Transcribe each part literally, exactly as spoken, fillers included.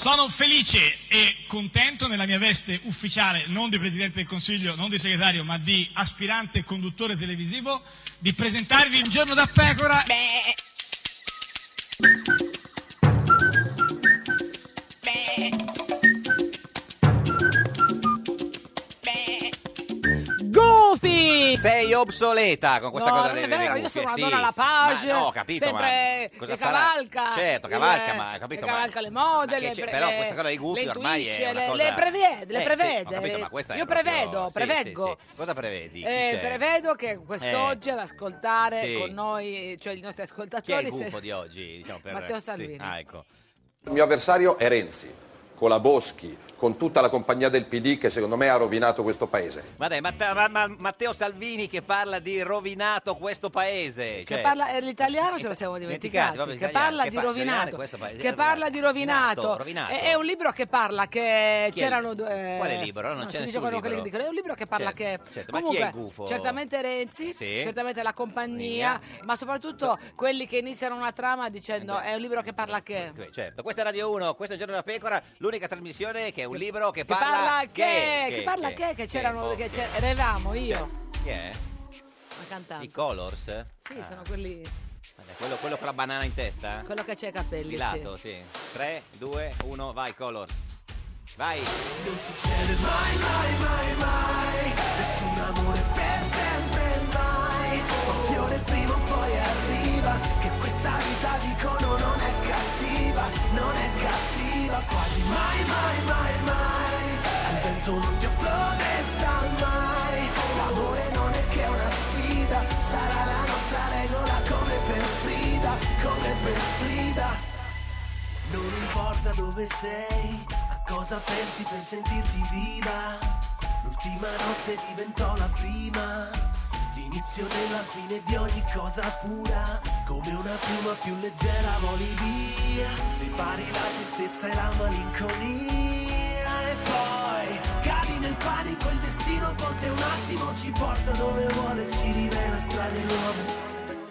Sono felice e contento nella mia veste ufficiale, non di Presidente del Consiglio, non di segretario, ma di aspirante conduttore televisivo, di presentarvi Un giorno da pecora. Beh. Goofy! Sei obsoleta con questa no, cosa non delle è vero, cuffie. io sono una Sì, donna alla sì. page, Ma no, ho capito, sempre ma cosa che sarà? cavalca. Certo, cavalca, il- ma ho capito, che ma- cavalca le mode, ma che le c'è- pre- però le- questa cosa dei gufi le ormai è intuisce, una le, cosa- le prevede, le Eh, sì, prevede. ho capito, ma questa è io proprio- prevedo, sì, preveggo. sì, sì. Cosa prevedi? Chi Eh, c'è? prevedo che quest'oggi Eh. ad ascoltare Sì. con noi, cioè i nostri Chi è ascoltatori, il gufo se- di oggi? Diciamo, per... Matteo sì. Salvini. Ah, ecco. Il mio avversario è Renzi, con la Boschi, con tutta la compagnia del P D che secondo me ha rovinato questo paese. Ma dai, Matte- ma- ma- Matteo Salvini che parla di rovinato questo paese. Che cioè- parla eh, l'italiano ce lo siamo dimenticati, proprio che italiano, parla che di pa- rovinato, questo paese, che parla di rovinato. rovinato. È, è un libro che parla che Chi è il- c'erano due- Quale libro? No, non no, c'è si dice nessun quello che libro. dicono. È un libro che parla Certo, che certo, ma chi è comunque il gufo? certamente Renzi, Sì. certamente la compagnia, ma soprattutto quelli che iniziano una trama dicendo è un libro che parla che Eh, Certo, questa è Radio uno, questo è Il Giorno da Pecora, l'unica trasmissione che è un libro che che parla, parla che, che, che parla che, che c'erano, che c'era- eravamo io, Chi è? la cantante. I Colors? Sì, Ah, sono quelli, vabbè, quello, quello con la banana in testa? quello che c'ha i capelli. Di lato, sì. tre, due, uno, vai Colors. Vai. Non succede mai, mai, mai, mai. Nessun amore per sempre mai. Un fiore prima o poi arriva. Che questa vita dicono non è cattiva, non è cattiva. Quasi mai, mai, mai, mai. Al vento non ti ho promessa mai. L'amore non è che una sfida. Sarà la nostra regola come per Frida, come per Frida. Non importa dove sei, a cosa pensi per sentirti viva. L'ultima notte diventò la prima, l'inizio della fine di ogni cosa pura. Come una piuma più leggera voli via, separi la tristezza e la malinconia. E poi cadi nel panico, il destino a volte un attimo ci porta dove vuole, ci rivela strade nuove.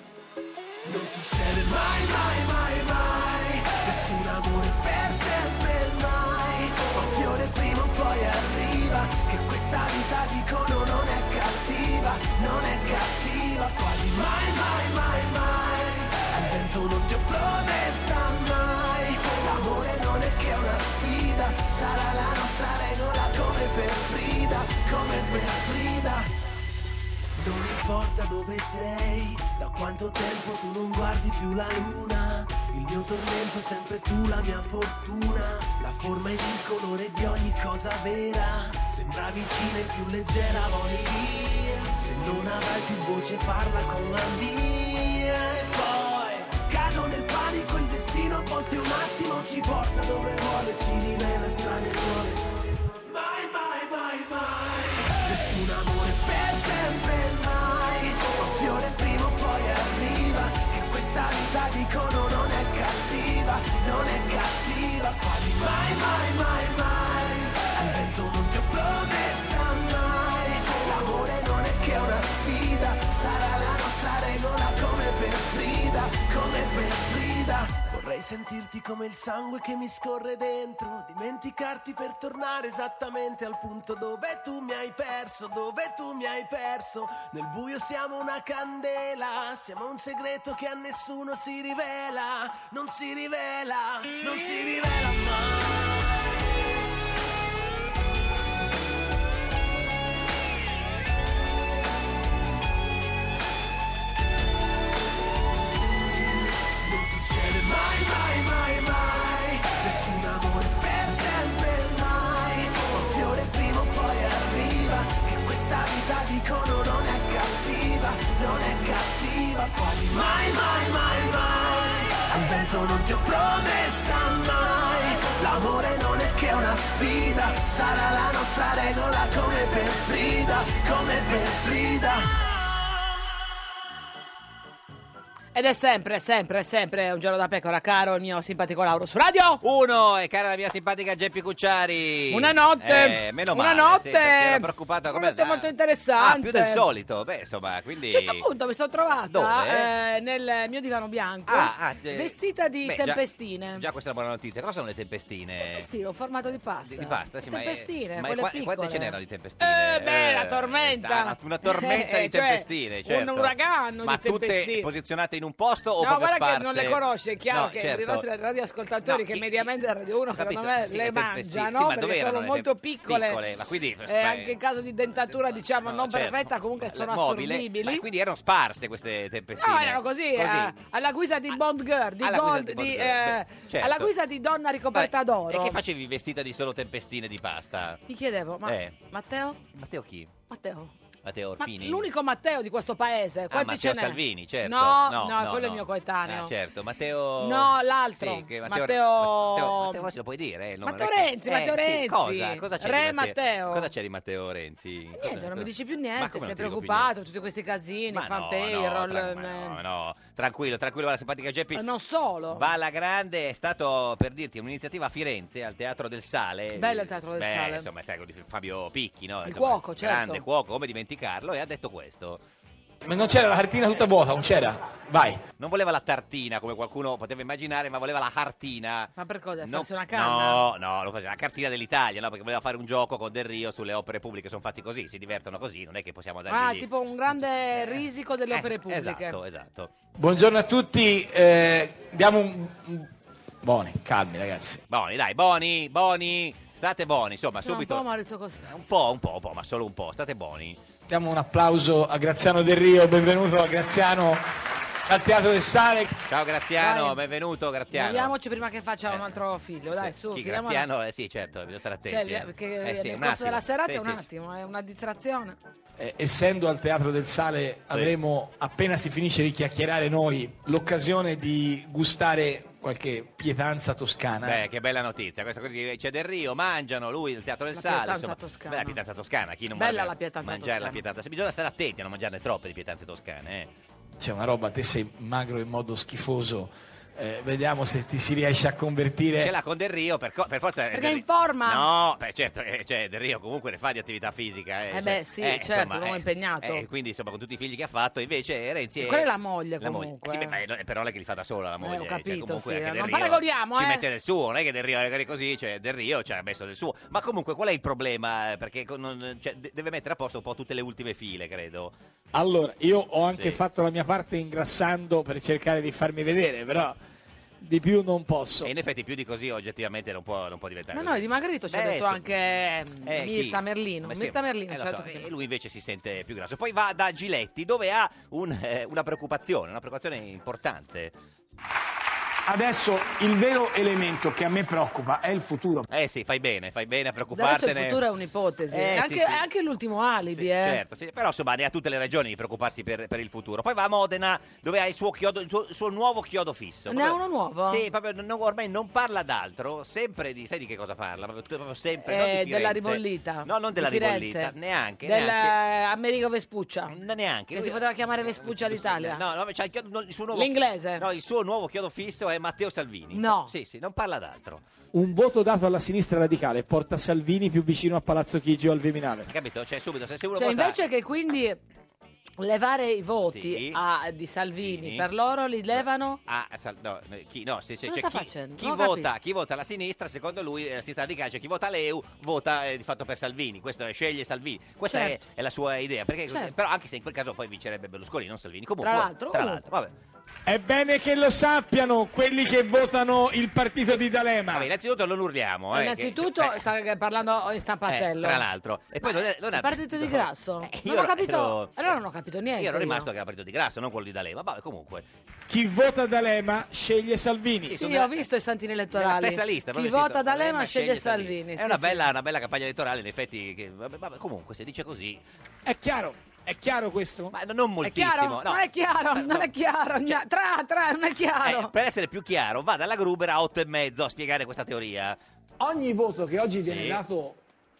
Non succede mai, mai, mai, mai. Nessun amore per sempre mai. Un fiore prima o poi arriva. Che questa vita dicono non è cattiva, non è cattiva. Quasi mai, mai, mai, mai. Al vento non ti ho promessa mai. L'amore non è che una sfida. Sarà la nostra regola come per Frida, come per Frida. Non importa dove sei, da quanto tempo tu non guardi più la luna. Il mio tormento sempre tu, la mia fortuna. La forma ed il colore di ogni cosa vera. Sembra vicina e più leggera voli via. Se non avrai più voce parla con la mia. E poi cado nel panico, il destino a volte un attimo ci porta dove vuole, ci rivela strade nuove. Mai, mai, mai, mai. Nessun amore per sempre mai. Un fiore prima o poi arriva. Che questa vita dicono non è cattiva, non è cattiva. Quasi mai, mai, mai, mai. Al vento non ti ho promessa mai. L'amore non è che una sfida. Sarà la nostra regola come per Frida, come per Frida. Vorrei sentirti come il sangue che mi scorre dentro, dimenticarti per tornare esattamente al punto dove tu mi hai perso, dove tu mi hai perso. Nel buio siamo una candela, siamo un segreto che a nessuno si rivela, non si rivela, non si rivela mai. Non succede mai, mai, mai, mai. Nessun amore per sempre mai. Un fiore prima o poi arriva. Che questa vita dicono non è cattiva, non è cattiva. Quasi mai, mai, mai, mai. Al vento non ti ho promessa mai. L'amore non è che una sfida. Sarà la nostra regola come per Frida, come per Frida. Ed è sempre, sempre, sempre un giorno da pecora, caro il mio simpatico Lauro su radio. Uno, e cara la mia simpatica Geppi Cucciari. Una notte, Eh, meno una male, notte, sì, perché ero preoccupata una come notte molto interessante. Ah, più del solito. Beh, insomma, quindi A un certo punto mi sono trovata Dove? eh, nel mio divano bianco, Ah, ah, eh, vestita di beh, già- tempestine. Già questa è una buona notizia. Cosa sono le tempestine? Tempestine, un formato di pasta. Di, di pasta, sì, ma è- tempestine, ma è- quelle qua- piccole. quante ce n'erano di tempestine? Eh, beh, la tormenta. Una, una tormenta di Cioè, tempestine, certo. un uragano ma di tempestine. tutte posizionate in un posto o No, proprio guarda sparse? che non le conosce, è chiaro No, che certo. i nostri radioascoltatori No, che i- mediamente a Radio uno ho secondo capito, me sì, le le tempestine. mangiano Sì, ma perché dove sono erano le molto temp- piccole, piccole, ma quindi- e anche in caso di dentatura diciamo No, non certo. perfetta comunque sono Mobile, assorbibili. ma quindi erano sparse queste tempestine? No, erano così, eh, alla guisa di Bond Girl, di alla guisa Gold, di Bond di, Girl, eh, beh, certo. alla guisa di donna ricoperta Beh, d'oro. E che facevi vestita di solo tempestine di pasta? Mi chiedevo, ma Eh. Matteo? Matteo chi? Matteo? Matteo Ma Orfini? l'unico Matteo di questo paese, Ah, quanti Matteo ce n'è? Salvini, certo. No, No, no, no, quello è no. il mio coetaneo. Ah, certo, Matteo... No, l'altro. Sì, che Matteo... Matteo... Matteo se lo puoi dire, eh, il nome, Matteo non è che- Renzi, Eh, Matteo sì, Renzi. cosa? Cosa c'è Re di Matteo. Cosa c'è di Matteo Renzi? Cosa- Niente, non mi dici più Ma niente, come sei non ti dico più preoccupato, tutti questi casini, Ma fan no, payroll. no, tra- ma no, no, tranquillo, tranquillo, la simpatica Geppi. eh, Non solo. Va alla grande, è stato, per dirti, un'iniziativa a Firenze, al Teatro del Sale. Bello il Teatro del Beh, Sale. insomma, sai, con di Fabio Picchi, no? Il Insomma, cuoco, certo. Grande cuoco, come dimenticarlo, e ha detto questo. Ma non c'era la cartina tutta vuota, non c'era? Vai. Non voleva la tartina, come qualcuno poteva immaginare, ma voleva la cartina. Ma per cosa? Non- Farsi una canna? No, no, lo faceva la cartina dell'Italia, no? Perché voleva fare un gioco con Del Rio sulle opere pubbliche, sono fatti così, si divertono così, non è che possiamo dargli Ah, lì. tipo un grande risico delle Eh, opere pubbliche. Esatto, esatto. Buongiorno a tutti, eh, diamo un... un- Buoni, calmi ragazzi. Boni, dai, Boni, Boni, state buoni, insomma, Sono subito. un po' Maurizio Costanzo. Un po', un po', un po', ma solo un po', state buoni. Diamo un applauso a Graziano Del Rio, benvenuto a Graziano al Teatro del Sale. Ciao Graziano, Dai. benvenuto Graziano. Muoviamoci prima che faccia un altro figlio, dai, Sì, su. chi, finiamola. Graziano, eh, sì, certo, bisogna stare attenti. Cioè, eh. perché Eh, sì, nel un corso attimo. della serata Sì, è un sì, attimo, è una distrazione. Eh, essendo al Teatro del Sale avremo, appena si finisce di chiacchierare noi, l'occasione di gustare qualche pietanza toscana. Beh, che bella notizia, questa cosa c'è Del Rio, mangiano lui il Teatro del La Sale, pietanza insomma. toscana. Beh, la pietanza toscana, chi non Bella vuole la pietanza mangiare toscana. la pietanza, sì, bisogna stare attenti a non mangiarne troppe di pietanze toscane, eh. C'è una roba, te sei magro in modo schifoso, eh, vediamo se ti si riesce a convertire. Ce l'ha con Del Rio, per, co- per forza. Perché Del è in Ri- forma? No, beh, certo, eh, cioè, Del Rio comunque ne fa di attività fisica. Eh, Eh cioè, beh, sì, certo, un uomo impegnato. eh, quindi, insomma, con tutti i figli che ha fatto, invece Renzi è... Quella è la moglie, La moglie. comunque, Sì, beh, eh. ma è, è però lei che li fa da sola la moglie. ho capito, cioè, comunque sì, anche Del non Rio paragoniamo, ci eh. mette del suo, non è che Del Rio è così, cioè Del Rio ci ha messo del suo. Ma comunque qual è il problema? Perché con- non- cioè, de- deve mettere a posto un po' tutte le ultime file, credo. Allora, io ho anche Sì. fatto la mia parte ingrassando per cercare di farmi vedere, però di più non posso. E in effetti più di così oggettivamente non può, non può diventare Ma così. no, è dimagrito, ci ha Beh, detto so- anche mm, Eh, chi? Mirta Merlino. Ma sì, Mirta Merlino, eh, lo ci ha so, detto e che- lui invece si sente più grasso. Poi va da Giletti dove ha un, eh, una preoccupazione, una preoccupazione importante. Adesso il vero elemento che a me preoccupa è il futuro. Eh sì, fai bene, fai bene a Adesso preoccupartene. il futuro è un'ipotesi, Eh, è sì, anche, sì. è anche l'ultimo alibi, Sì, eh. certo, sì, però insomma ne ha tutte le ragioni di preoccuparsi per, per il futuro. Poi va a Modena dove ha il suo, chiodo, il suo, il suo nuovo chiodo fisso. Ne ha Proprio- uno nuovo? Sì, proprio non- ormai non parla d'altro, sempre di... Sai di che cosa parla? Proprio, proprio sempre, non di Eh, Firenze. della ribollita. No, non della di Firenze. ribollita, neanche. Del neanche. eh, Amerigo Vespuccia. N- neanche. Che Lui- si poteva chiamare Vespuccia d'Italia. No, no, c'ha il, chiodo, no, il suo nuovo... L'inglese. No, il suo nuovo chiodo fisso è Matteo Salvini. No. Sì, sì, non parla d'altro. Un voto dato alla sinistra radicale porta Salvini più vicino a Palazzo Chigi o al Viminale. Hai capito? Cioè subito, se, se uno Cioè, vota... invece che quindi levare i voti Sì. a- di Salvini, Sì. per loro li levano... Ah, sal- no, no, chi, no, se, se, Cosa cioè, sta chi, facendo? chi Non ho vota, capito. chi vota la sinistra, secondo lui, eh, la sinistra radicale, cioè chi vota l'E U, vota eh, di fatto per Salvini. Questo è, sceglie Salvini. Questa Certo. è, è la sua idea. Perché, Certo. Però anche se in quel caso poi vincerebbe Berlusconi, non Salvini. Comunque, Tra l'altro, tra comunque. l'altro, vabbè. È bene che lo sappiano quelli che votano il partito di D'Alema. Vabbè, innanzitutto non urliamo. Eh, Innanzitutto che- cioè, sta parlando in eh, stampatello. tra l'altro. E poi non è, non è- Il partito di Grasso? Eh, non io ho ero- capito. ero- Allora non ho capito niente. Io ero rimasto che era partito di Grasso, non quello di D'Alema. Vabbè, comunque. Chi vota D'Alema sceglie Salvini. Sì, Sì, sono- ho visto i santini Nella elettorali. stessa lista. Chi proprio il vota sito. D'Alema sceglie Salvini. È sì, una sì. bella, una bella campagna elettorale, in effetti. Che, vabbè, vabbè, comunque, se dice così. È chiaro, è chiaro questo? Ma non È moltissimo. chiaro? no. Non è chiaro, Eh, non no. è chiaro. Cioè- Tra, tra, non è chiaro. Eh, per essere più chiaro, va dalla Gruber a otto e mezzo a spiegare questa teoria. Ogni voto che oggi Sì. viene dato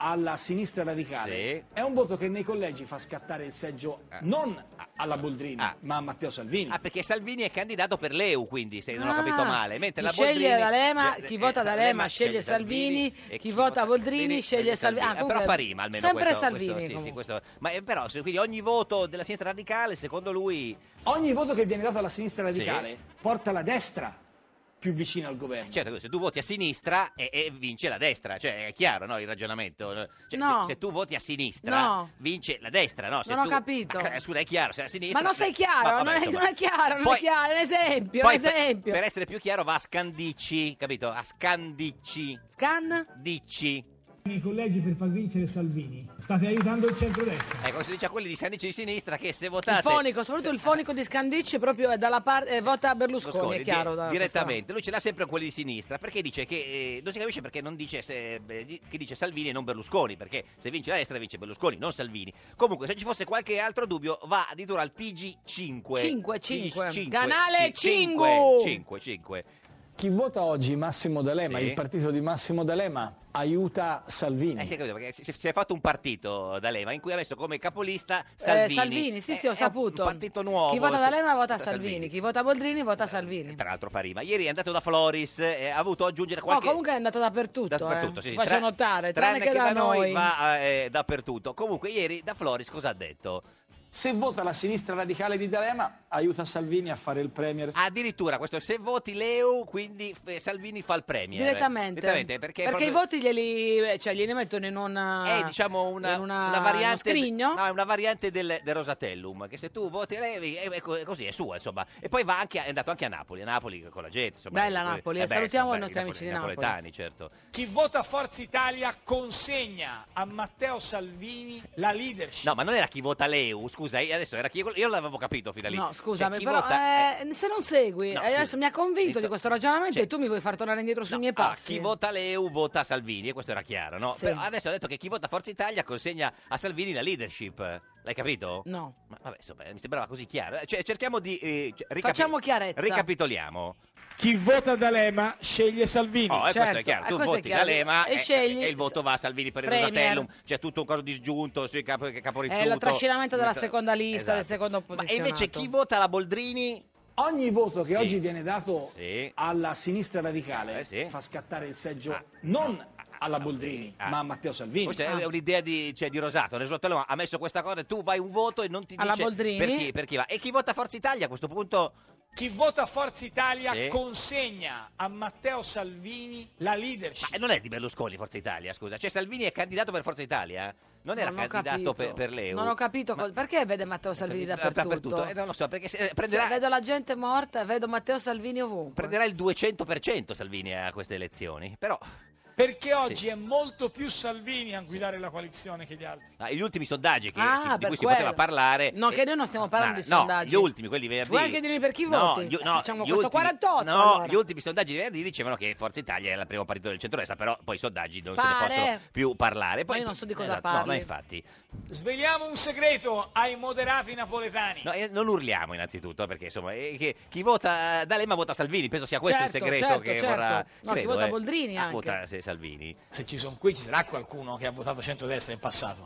alla sinistra radicale Sì. è un voto che nei collegi fa scattare il seggio non alla Boldrini, Ah. ma a Matteo Salvini. Ah, perché Salvini è candidato per l'E U, quindi, se non ho Ah, capito male. Mentre chi la sceglie Boldrini- D'Alema, eh, chi eh, vota eh, D'Alema sceglie Salvini, chi vota Boldrini sceglie Salvini. Ah, Eh, però comunque, fa rima almeno sempre questo, Salvini, questo, sì, sì, comunque. questo- ma eh, però se- quindi ogni voto della sinistra radicale secondo lui Ogni voto che viene dato alla sinistra radicale porta la destra più vicina al governo. certo, se tu voti a sinistra e, e vince la destra, cioè è chiaro, no, il ragionamento. Cioè, No. se, se tu voti a sinistra No. vince la destra, no? Se Non ho tu- capito. Ma, eh, scusa, è chiaro, se a sinistra Ma non sei chiaro, Ma vabbè, non, è, insomma. non è chiaro, non Poi- è chiaro, un esempio, Poi un per- esempio. Per, essere più chiaro va a Scandicci, capito? A Scandicci. Scan? Dici. I collegi per far vincere Salvini state aiutando il centrodestra. Ecco, si dice a quelli di Scandicci di sinistra che se Il votate fonico, soprattutto il fonico di Scandicci proprio è dalla parte eh, vota Berlusconi, Berlusconi, è chiaro. di- da direttamente, lui ce l'ha sempre con quelli di sinistra perché dice che eh, non si capisce perché non dice se, eh, di- che dice Salvini e non Berlusconi, perché se vince la destra vince Berlusconi, non Salvini. Comunque, se ci fosse qualche altro dubbio, va addirittura al T G cinque. cinque, T G cinque. Canale cinque, Cingu. cinque, cinque. Chi vota oggi Massimo D'Alema, Sì. il partito di Massimo D'Alema, aiuta Salvini. Eh, si è capito, perché si, si è fatto un partito D'Alema in cui ha messo come capolista Salvini. Eh, Salvini, sì, sì, Eh, ho è saputo. Un partito nuovo. Chi vota Sa- D'Alema vota da Salvini, chi vota Boldrini vota Salvini. Tra l'altro fa rima. Ieri è andato da Floris, eh, ha avuto aggiungere No, qualche... comunque è andato dappertutto, Dappertutto, eh. sì, sì. Ti faccio Tra- notare, tranne, che, da, noi noi. va eh, dappertutto. Comunque ieri da Floris cosa ha detto? Se vota la sinistra radicale di D'Alema, aiuta Salvini a fare il premier. Addirittura questo se voti l'E U, quindi eh, Salvini fa il premier. Direttamente. Direttamente, perché, Perché proprio- i voti glieli, cioè, glieli mettono in un, è diciamo una, in una- una variante uno scrigno. no, è una variante del, del Rosatellum, che se tu voti lei è, è co- è così, è sua, insomma. E poi va anche, è andato anche a Napoli, a Napoli con la gente, insomma. Bella Eh, Napoli, eh, e salutiamo insomma, i nostri amici di Napoli. napoletani, certo. Chi vota Forza Italia consegna a Matteo Salvini la leadership. No, ma non era chi vota l'E U, scusa, io- adesso era chi io l'avevo capito fino a lì. No, scusami, Cioè, chi però vota- eh, se non segui, No, eh, adesso scusa. mi ha convinto Detto- di questo ragionamento cioè- e tu mi vuoi far tornare indietro sui miei Ah, passi. chi vota l'E U vota Salvini, e questo era chiaro, no? Sì. Però adesso ha detto che chi vota Forza Italia consegna a Salvini la leadership. L'hai capito? No. Ma vabbè, insomma, mi sembrava così chiaro. Cioè, cerchiamo di eh, cioè, ricapi- Facciamo chiarezza. Ricapitoliamo. Chi vota D'Alema sceglie Salvini. Oh, e questo Certo, è chiaro. eh, Tu questo è voti chiaro. D'Alema E e, scegli- e il voto va a Salvini per il Premier. Rosatellum. C'è tutto un coso disgiunto sui capo, caporizzuto. È lo trascinamento della Esatto. seconda lista, del secondo Ma posizionato. invece chi vota la Boldrini? Ogni voto che Sì. oggi viene dato Sì. alla sinistra radicale Eh, sì. fa scattare il seggio Ah. non alla Boldrini, Ah. ma a Matteo Salvini. Questa Ah. è un'idea di, cioè, di Rosato. Il Rosatellum ha messo questa cosa e tu vai un voto e non ti Alla dice Boldrini? per chi, per chi va. E chi vota Forza Italia a questo punto? Chi vota Forza Italia Sì. consegna a Matteo Salvini la leadership. Ma non è di Berlusconi Forza Italia, scusa. Cioè Salvini è candidato per Forza Italia? Non era Non ho candidato capito. per, per l'E U? Non ho capito cos- perché vede Matteo Salvini dappertutto. Eh, non lo so, perché se- eh, Cioè, prenderà, vedo la gente morta e vedo Matteo Salvini ovunque. prenderà il duecento per cento Salvini a queste elezioni. Però Perché oggi è molto più Salvini a guidare la coalizione che gli altri. ah, gli ultimi sondaggi che Ah, si- di per cui si quello. poteva parlare... No, eh, che noi non stiamo parlando di no, sondaggi. gli ultimi, quelli venerdì. Vuoi anche dirmi per chi No, voti? gli- Eh, no, facciamo gli questo ultimi- quarantotto, No, allora. gli ultimi sondaggi di venerdì dicevano che Forza Italia era il primo partito del centrodestra, però poi i sondaggi non se Pare. ne possono più parlare. Poi, Ma io non so di cosa esatto, parli. No, no, infatti. Sveliamo un segreto ai moderati napoletani. No, eh, non urliamo innanzitutto, perché insomma, eh, che chi vota D'Alema vota Salvini, penso sia questo Certo, il segreto certo, che certo. vorrà... No, chi credo, vota eh. Boldrini Ah, anche. vota se, Salvini. Se ci sono qui ci sarà qualcuno che ha votato centrodestra in passato.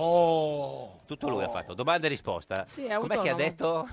Oh! Tutto lui ha fatto, domanda e risposta. Sì, è Com'è che ha autonomo. detto?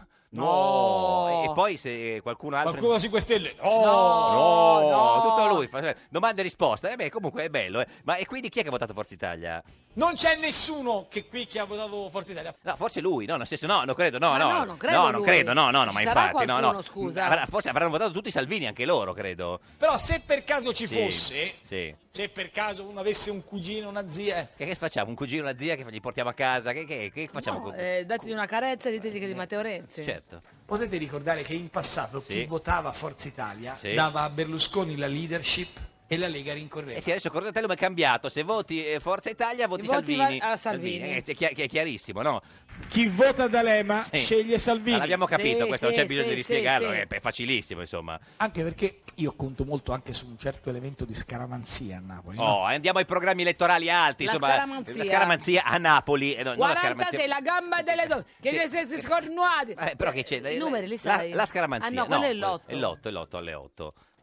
No. E poi se qualcuno altro... Qualcuno cinque Stelle? No, No, no. tutto lui. fa- Domanda e risposta. Eh beh, comunque è bello. eh. Ma e quindi chi è che ha votato Forza Italia? Non c'è nessuno che qui che ha votato Forza Italia. No, forse lui, no, nel senso no, non credo, no, Ma no. no, non credo no, non lui. credo, no, no, no, Ci ma sarà infatti, no, no. qualcuno, scusa. Avrà- forse avranno votato tutti i Salvini, anche loro, credo. Però se per caso ci Sì, fosse, Sì. se per caso uno avesse un cugino, una zia, eh, Che, che facciamo? Un cugino, una zia che gli portiamo a casa? Che, che, che facciamo? No, con- eh, dategli una carezza e ditegli che è di Matteo Renzi. Certo. potete ricordare che in passato Sì. chi votava Forza Italia Sì. dava a Berlusconi la leadership e la Lega rincorreva. Eh sì, adesso il Rosatellum è cambiato. Se voti eh, Forza Italia, voti, Voti Salvini. va- a Salvini. Eh, Che è chiarissimo, no? Chi vota D'Alema Sì. sceglie Salvini. Ma l'abbiamo capito, Sì, questo sì, non c'è bisogno sì, di sì, spiegarlo, sì. è è facilissimo, insomma. Anche perché io conto molto anche su un certo elemento di scaramanzia a Napoli. no? Oh, andiamo ai programmi elettorali alti, La insomma. scaramanzia. La scaramanzia a Napoli. eh, no, non la quarantasei, scaramanzia- la gamba delle donne, che Sì. vi siete scornuati. Eh, però che c'è? I numeri li La- sai? La, scaramanzia. Ah no, quello no, è l'otto. È l'otto, è l'otto alle otto. Cioè,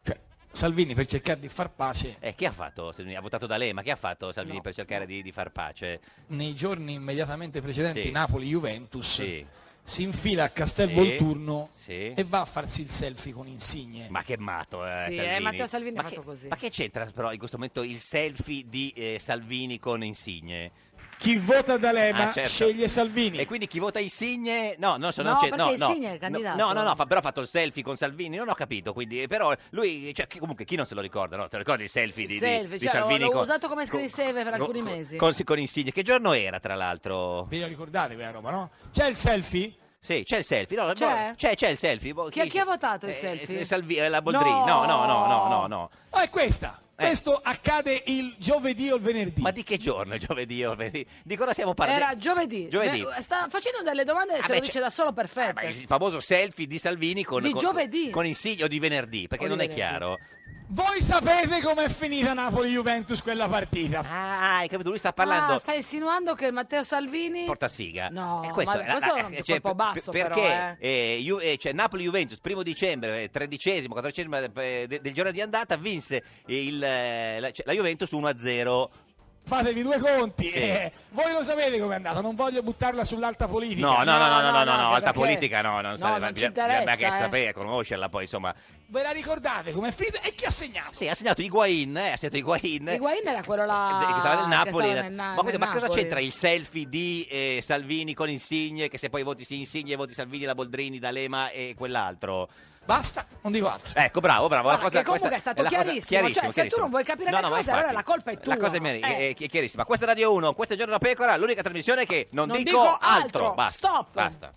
Salvini per cercare di far pace. Eh, chi ha fatto? Salvini? Ha votato D'Alema, chi ha fatto Salvini No, per cercare no. di, di far pace? Nei giorni immediatamente precedenti Sì. Napoli-Juventus Sì. si infila a Castel Sì. Volturno Sì. e va a farsi il selfie con Insigne. Ma che matto, eh, Sì, Salvini. eh, Matteo Salvini ma ha fatto che, così. Ma che c'entra però in questo momento il selfie di eh, Salvini con Insigne? Chi vota D'Alema Ah, certo. sceglie Salvini. E quindi chi vota Insigne? No, non so, No, non c'è, perché no, Insigne no, è il candidato. No, no, no, fa, però ha fatto il selfie con Salvini, non ho capito, quindi, però lui, cioè, chi- comunque chi non se lo ricorda, no? Te lo ricordi il selfie di, Il di- selfie, di cioè, l'ho- Salvini l'ho con, usato come con- screensaver per con- alcuni con- mesi. Con, con Insigne, che giorno era tra l'altro? Vi ricordate quella roba, no? C'è il selfie? Sì, c'è il selfie, no, C'è? boh, c'è, c'è il selfie. boh, Chi, chi ha votato il eh, selfie? eh, Salvi- eh, la Boldrini, no, no, no, no, no, no. Ah, è questa. Eh. Questo accade il giovedì o il venerdì. Ma di che giorno? Giovedì o venerdì? Di cosa stiamo parlando? Era giovedì. Giovedì. Beh, sta facendo delle domande e Ah, se beh, lo dice c'è- da solo Ah, perfette. ma il famoso selfie di Salvini con, Di con, giovedì. con Insigne o di venerdì, perché O di non è venerdì. chiaro. Voi sapete com'è finita Napoli-Juventus quella partita? Ah, hai capito, lui sta parlando. Ah, stai insinuando che Matteo Salvini... Porta sfiga. No, E questo, ma questo è un eh, colpo per- basso, perché però, eh, Ju- eh, cioè, Napoli-Juventus, primo dicembre, eh, tredicesimo, quattordicesimo eh, de- del giorno di andata, vinse il, eh, la, cioè, la Juventus uno a zero. Fatevi due conti. Sì. eh, voi lo sapete com'è andata, non voglio buttarla sull'alta politica. No, no, no, no, no, no, no, no, anche alta perché- politica no, non no, sarebbe, non ci bisogna- bisogna interessa, anche eh. sapere, conoscerla poi, insomma. Ve la ricordate com'è finita e chi ha segnato? Sì, ha segnato Higuain, eh, ha segnato Higuain. Higuain era quello là Eh, che stava nel Napoli. che stava nel Na- ma quindi- nel ma cosa Napoli. c'entra il selfie di eh, Salvini con Insigne, che se poi voti Insigne voti Salvini, la Boldrini, D'Alema e quell'altro? Basta, non dico altro. Ecco, bravo, bravo. Guarda, la cosa, che comunque questa è stato la cosa- chiarissimo, cioè, se tu chiarissimo. non vuoi capire No, le no, ma cose, allora infatti, la colpa è tua. La cosa è, mia- Eh. è chi- chiarissima. Questa è Radio uno, questo è Giorno da Pecora, l'unica trasmissione che non, Non dico, dico altro. altro. Basta. Stop. Basta.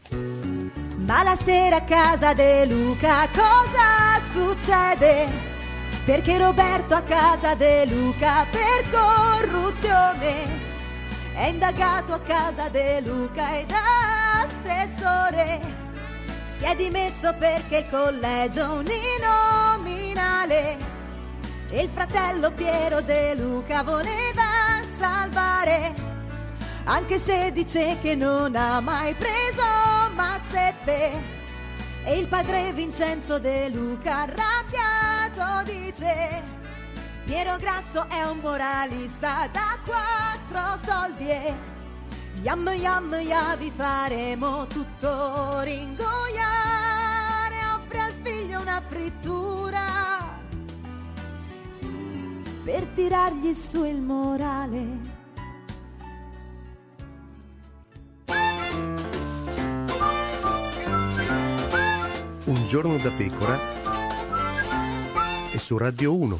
Ma la sera a casa De Luca cosa succede? Perché Roberto a casa De Luca per corruzione è indagato a casa De Luca ed assessore si è dimesso perché il collegio uninominale e il fratello Piero De Luca voleva salvare, anche se dice che non ha mai preso mazzette. E il padre Vincenzo De Luca arrabbiato dice: Piero Grasso è un moralista da quattro soldi e yam yam ya vi faremo tutto ringoiare. Offre al figlio una frittura per tirargli su il morale. Un giorno da pecora e su Radio uno.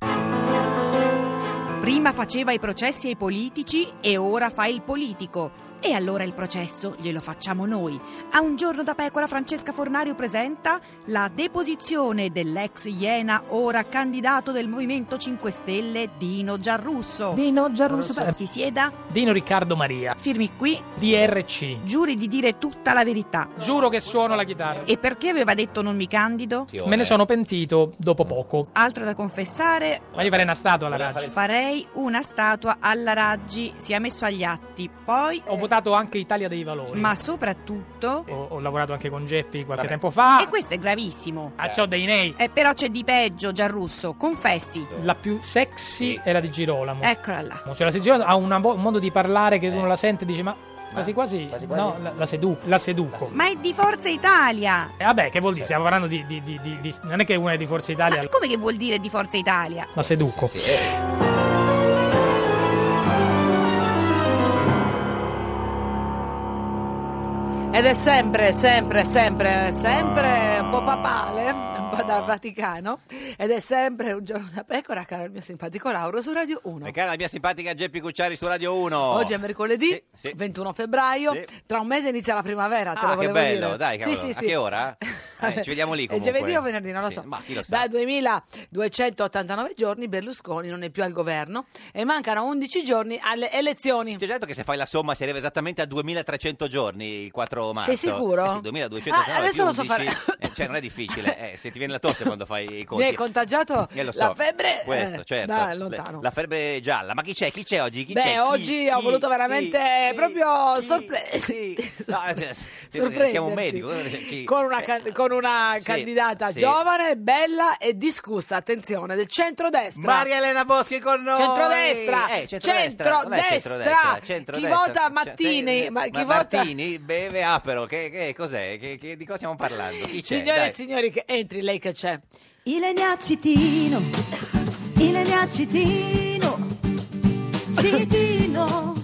Prima faceva i processi ai politici e ora fa il politico. E allora il processo glielo facciamo noi. A Un giorno da pecora Francesca Fornario presenta la deposizione dell'ex Iena, ora candidato del Movimento cinque Stelle, Dino Giarrusso. Dino Giarrusso. Si sieda. Dino Riccardo Maria. Firmi qui. D R C. Giuri di dire tutta la verità. Giuro che suono la chitarra. E perché aveva detto non mi candido? Me ne sono pentito dopo poco. Altro da confessare? Ma io farei una statua alla Raggi. Farei una statua alla Raggi, sia messo agli atti. Poi Ho votato anche Italia dei Valori. ma soprattutto Ho, ho lavorato anche con Geppi qualche tempo fa. e questo è gravissimo. Ah, c'ho dei nei. Eh, però c'è di peggio, Giarrusso, confessi. La più sexy è la di Girolamo. Eccola là. Cioè, la di Girolamo ha una vo- un modo di parlare che uno la sente e dice ma quasi quasi, no, la, la, sedu- la seduco. Ma è di Forza Italia. E vabbè, che vuol dire? Stiamo parlando di, di, di, di, di- non è che una è di Forza Italia, Ma come che vuol dire di Forza Italia? la seduco. Ed è sempre, sempre, sempre, sempre un po' papale, un po' da Vaticano. Ed è sempre Un giorno da pecora, caro il mio simpatico Lauro, su Radio uno. E cara la mia simpatica Geppi Cucciari su Radio uno. Oggi è mercoledì, Sì, sì. ventuno febbraio, Sì. tra un mese inizia la primavera, te Ah, lo che volevo bello, dire. dai, cavolo. Sì, sì, A sì. che ora? Eh, ci vediamo lì È comunque. giovedì o venerdì, non lo Sì, so. ma chi lo sa? Da duemiladuecentottantanove giorni Berlusconi non è più al governo e mancano undici giorni alle elezioni. C'è certo che se fai la somma si arriva esattamente a duemilatrecento giorni il quattro marzo. Sei sicuro? Eh sì, duemiladuecentonovantanove Ah, adesso più lo so fare. undici. Eh, cioè non è difficile, eh, se ti viene la tosse quando fai i Mi conti. hai contagiato Eh, lo so. la febbre? Questo, eh, certo. dai, lontano. La febbre gialla. Ma chi c'è? Chi c'è oggi? Chi Beh, c'è? Chi- oggi ho chi? voluto veramente Sì, sì, proprio chi? sorpre- Sì. No, eh, ti- sorprenderti. chiamo un medico. Chi? Con una, can- con una sì, candidata sì. giovane, bella e discussa, attenzione, del centrodestra. Maria Elena Boschi con noi. Centrodestra, Eh, centrodestra. Non è centrodestra. centrodestra. Chi vota Mattini? Cioè, Ma chi ma vota? Martini beve Apero. Che, che cos'è? Che, che- di cosa stiamo parlando? Chi c'è? Signore Dai. e signori, che entri lei che c'è. Ilenia Citino, Ilenia Citino, Citino,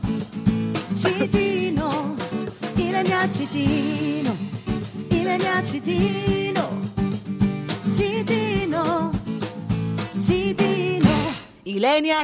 Citino, Ilenia Citino, Ilenia Citino, Citino, Citino. Ilenia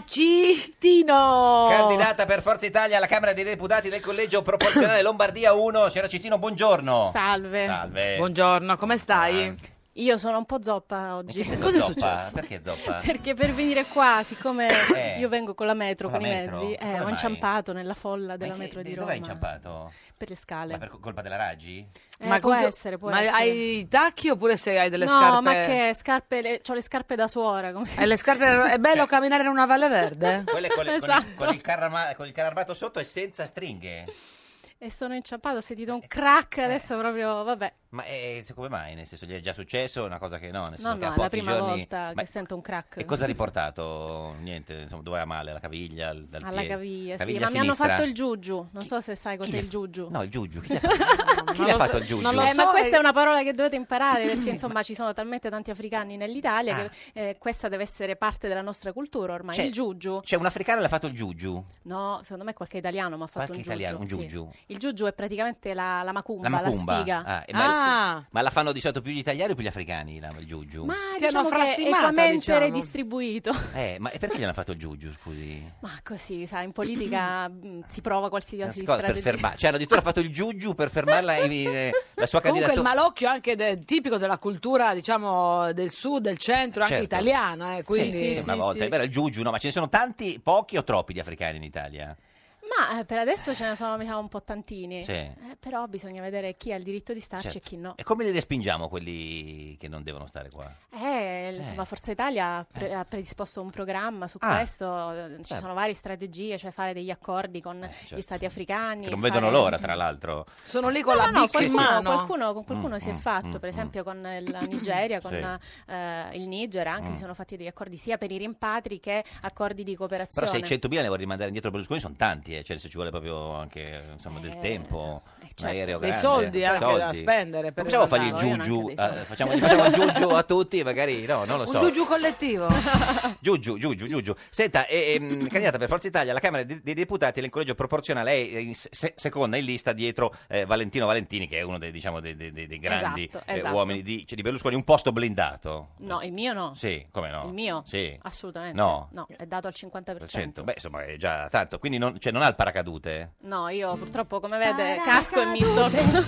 Citino. Candidata per Forza Italia alla Camera dei Deputati del Collegio Proporzionale Lombardia uno. Signora Citino, buongiorno. Salve. Salve. Buongiorno, come stai? Io sono un po' zoppa oggi. Che Cosa è zoppa? successo? Perché zoppa? Perché per venire qua, siccome Eh. io vengo con la metro, Con con, la i metro? mezzi, eh, Come ho mai? inciampato nella folla della Ma metro che- di dove Roma. hai inciampato? Per le scale. Ma per colpa della Raggi? Eh, può comunque- essere, può ma essere. hai i tacchi oppure se hai delle no, scarpe? ma che scarpe, le, c'ho le scarpe da suora. Come si Hai le scarpe, è bello camminare in una valle verde? Quelle con, le- con il, Esatto. con il carrama- con il cararmato sotto e senza stringhe? E sono inciampato, ho sentito un crack, adesso proprio, vabbè. Ma eh, come mai? Nel senso, gli è già successo? È una cosa che no? Nel senso No, che a no, è la pochi prima giorni... volta Ma- che sento un crack. E cosa ha riportato? Niente, insomma, dove ha male? La caviglia? al- Dal Alla piede? caviglia, sì, Caviglia ma mi hanno sinistra? fatto il giugiu. Non so se sai cos'è il giugiu. No, il giugiu. Chi l'ha fatto, Chi non l'ha lo fatto so- il giugiu? non lo Eh, so, ma questa eh. è una parola che dovete imparare perché insomma ci sono talmente tanti africani nell'Italia Ah. che eh, questa deve essere parte della nostra cultura ormai. Cioè- il giugiu. C'è un africano che l'ha fatto il giugiu? No, secondo me qualche italiano mi ha fatto Qualche un giugiu. italiano, un sì. giugiu. Il giugiu è praticamente la, la macumba, La la, macumba? sfiga. Ah, e ma, Ah, ma la fanno di solito più gli italiani o più gli africani la- il giugiu? Ma Ti hanno diciamo che è frastimata, equamente diciamo. redistribuito. Eh, ma e perché gli hanno fatto il giugiu, scusi? Ma così, sai, in politica mh, si prova qualsiasi Scusa, per strategia. fermare, cioè hanno addirittura fatto il giugiu per fermarla eh, la sua comunque il candidatura. malocchio anche de- tipico della cultura, diciamo, del sud, del centro, anche Certo. italiana, eh, quindi... Sì, sì, una volta, è vero, il giugiu, no, ma ce ne sono tanti, pochi o troppi di africani in Italia? Ma eh, per adesso ce ne sono mi sa, un po' tantini. Sì. Eh, però bisogna vedere chi ha il diritto di starci Certo. e chi no. E come li respingiamo quelli che non devono stare qua? Eh, insomma, Forza Italia ha, pre- ha predisposto un programma su Ah. questo. eh, Ci Certo. sono varie strategie, cioè fare degli accordi con certo. gli stati africani. Che non fare- vedono l'ora, tra l'altro. Sono lì con No, la no, no, bicca in qualcuno, mano. qualcuno, con qualcuno Mm, si è mm, fatto, mm, per esempio con la Nigeria, con Sì. eh, il Niger, anche Mm. si sono fatti degli accordi sia per i rimpatri che accordi di cooperazione. Però seiccentomila ne vuole rimandare indietro Berlusconi, sono tanti, eh, cioè se ci vuole proprio anche insomma, del tempo, un certo. aereo Dei grande, soldi anche soldi. da spendere per Non possiamo fargli il rimandarlo, io giugiu, neanche dei eh, soldi. facciamo, facciamo il giugiu a tutti, magari no, non lo so. Un giugiu collettivo. Giugiu, giugiu, giugiu. Senta, e, e, candidata per Forza Italia alla Camera dei, dei Deputati nel collegio proporzionale, lei è in se- seconda in lista dietro eh, Valentino Valentini, che è uno dei, diciamo, dei, dei- dei grandi Esatto, eh, esatto. uomini di, cioè, di Berlusconi, un posto blindato. No, il mio no. Sì, come no? Il mio? Sì. Assolutamente. No. No, è dato al cinquanta per cento. Beh, insomma, è già tanto. Quindi non, cioè, non ha il paracadute? No, io purtroppo, come vede, casco e mi sto...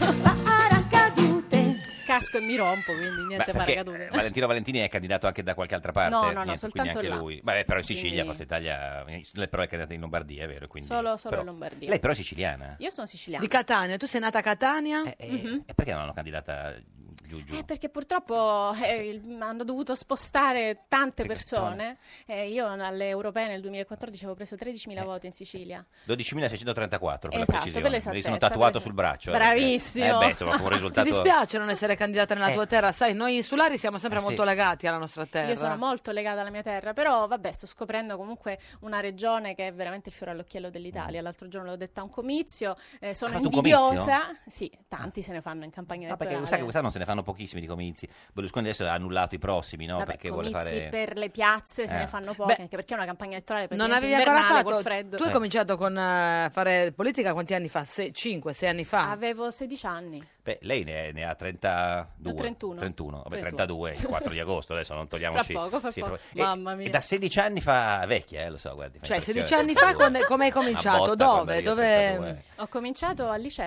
casco e mi rompo, quindi niente Beh, perché paracadute. eh, Valentino Valentini è candidato anche da qualche altra parte. No, no, no, niente, soltanto quindi anche là. lui. Vabbè, però in Sicilia, Quindi- Forza Italia, lei però è candidata in Lombardia, è vero? Quindi, Solo- solo però- in Lombardia. Lei però è siciliana. Io sono siciliana. Di Catania, tu sei nata a Catania? Mhm. E perché non hanno candidata giù giù? Eh, perché purtroppo eh, il- hanno dovuto spostare tante persone. Eh, io alle europee nel duemilaquattordici avevo preso tredicimila voti in Sicilia. dodicimilaseicentotrentaquattro per Esatto, la per precisione. Me li l'esattezza, sono tatuato per- sul braccio. eh, Bravissimo. perché- Eh beh, insomma, fu un Ti risultato... dispiace non essere candidata nella Eh. tua terra? Sai, noi insulari siamo sempre Eh, sì. molto legati alla nostra terra. Io sono molto legata alla mia terra, però vabbè, sto scoprendo comunque una regione che è veramente il fiore all'occhiello dell'Italia. L'altro giorno l'ho detta a un comizio, eh, sono Ha fatto un invidiosa. Sì, tanti se ne fanno in campagna Ah, perché elettorale. sa che quest'anno se ne fanno pochissimi di comizi. Berlusconi adesso ha annullato i prossimi, no? Vabbè, perché vuole comizi fare... per le piazze se Eh. ne fanno pochi, Beh, anche perché è una campagna elettorale Non praticamente avevi ancora invernale fatto. col freddo. Tu hai cominciato con eh, fare politica quanti anni fa? cinque sei anni fa? Avevo sedici anni. Beh, lei ne, ne ha trentadue. trentuno. trentuno. Vabbè, trentuno. trentadue, il quattro di agosto, adesso non togliamoci. Fra poco, fra Sì, poco. fra- e- Mamma mia. E da sedici anni fa vecchia, eh, lo so, guardi. fa Cioè, impressione. sedici anni fa quando- come hai A cominciato? botta, quando Dove? arriva a Dove- trentadue. Ho cominciato al liceo.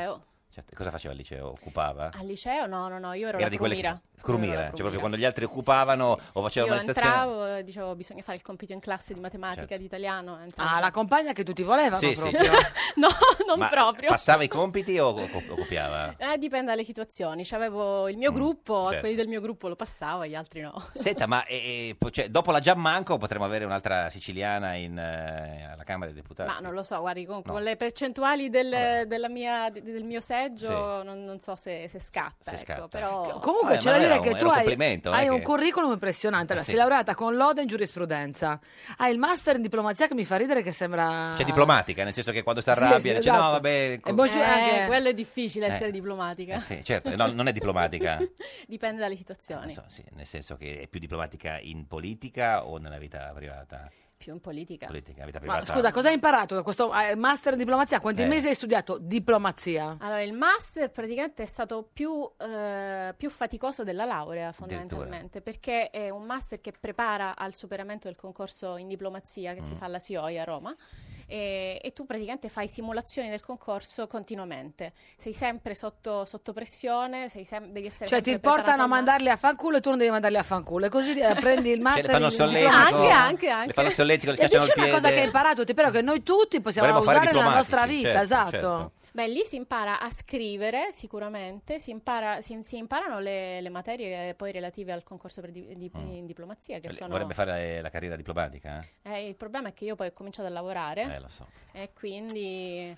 Certo. Cosa faceva al liceo? Occupava? Al liceo no, no, no, io ero Era la di quelle crumira. che- crumira, cioè proprio quando gli altri occupavano o facevano Io manifestazione. entravo e dicevo bisogna fare il compito in classe di matematica, Certo. di italiano. entravo. Ah, la compagna che tutti volevano Sì, sì. proprio. No, non Ma proprio. passava i compiti o, o- o copiava? Eh, dipende dalle situazioni. C'avevo il mio gruppo, certo. quelli del mio gruppo lo passavo, gli altri no. Senta, ma eh, eh, cioè, dopo la Giammanco potremmo avere un'altra siciliana in, eh, alla Camera dei Deputati? Ma non lo so, guardi, con, No. con le percentuali del, della mia, de- del mio seggio Sì. non, non so se, se scatta, Se ecco, scatta. però... Comunque Eh, c'è ma da non dire era che un- tu era un hai, complimento, non è hai un che- curriculum impressionante. Allora, Eh, sì. sei laureata con lode in giurisprudenza, hai il master in diplomazia che mi fa ridere che sembra... Cioè diplomatica, nel senso che quando si Sì, arrabbia sì, dice esatto. no vabbè... E poi c'è Eh, anche- quello è difficile, Eh. essere diplomatica. Eh sì, certo, no, non è diplomatica. Dipende dalle situazioni. Non so, sì, nel senso che è più diplomatica in politica o nella vita privata? Più in politica. Politica, vita Ma privata. scusa, cosa hai imparato da questo eh, master in diplomazia? Quanti Eh. mesi hai studiato diplomazia? Allora, il master praticamente è stato più, eh, più faticoso della laurea, fondamentalmente, perché è un master che prepara al superamento del concorso in diplomazia che si Mm. fa alla S I O I a Roma. E, e tu praticamente fai simulazioni del concorso continuamente. Sei sempre sotto, sotto pressione, sei sem- devi essere Cioè ti sempre preparato portano a al massimo. mandarli a fanculo e tu non devi mandarli a fanculo e così eh, prendi il Cioè, master le fanno in il solletico, diplomazia. Anche, anche, le fanno il solletico, le E schiacciano il dici piede. una cosa che hai imparato, ti spero che noi tutti possiamo Vorremmo fare usare nella nostra diplomatici, vita, certo, esatto. certo. Beh, lì si impara a scrivere sicuramente, si, impara, si, si imparano le, le materie poi relative al concorso per di- di- in diplomazia, che sono... Vorrebbe fare la carriera diplomatica? Eh, il problema è che io poi ho cominciato a lavorare Eh, lo so. e quindi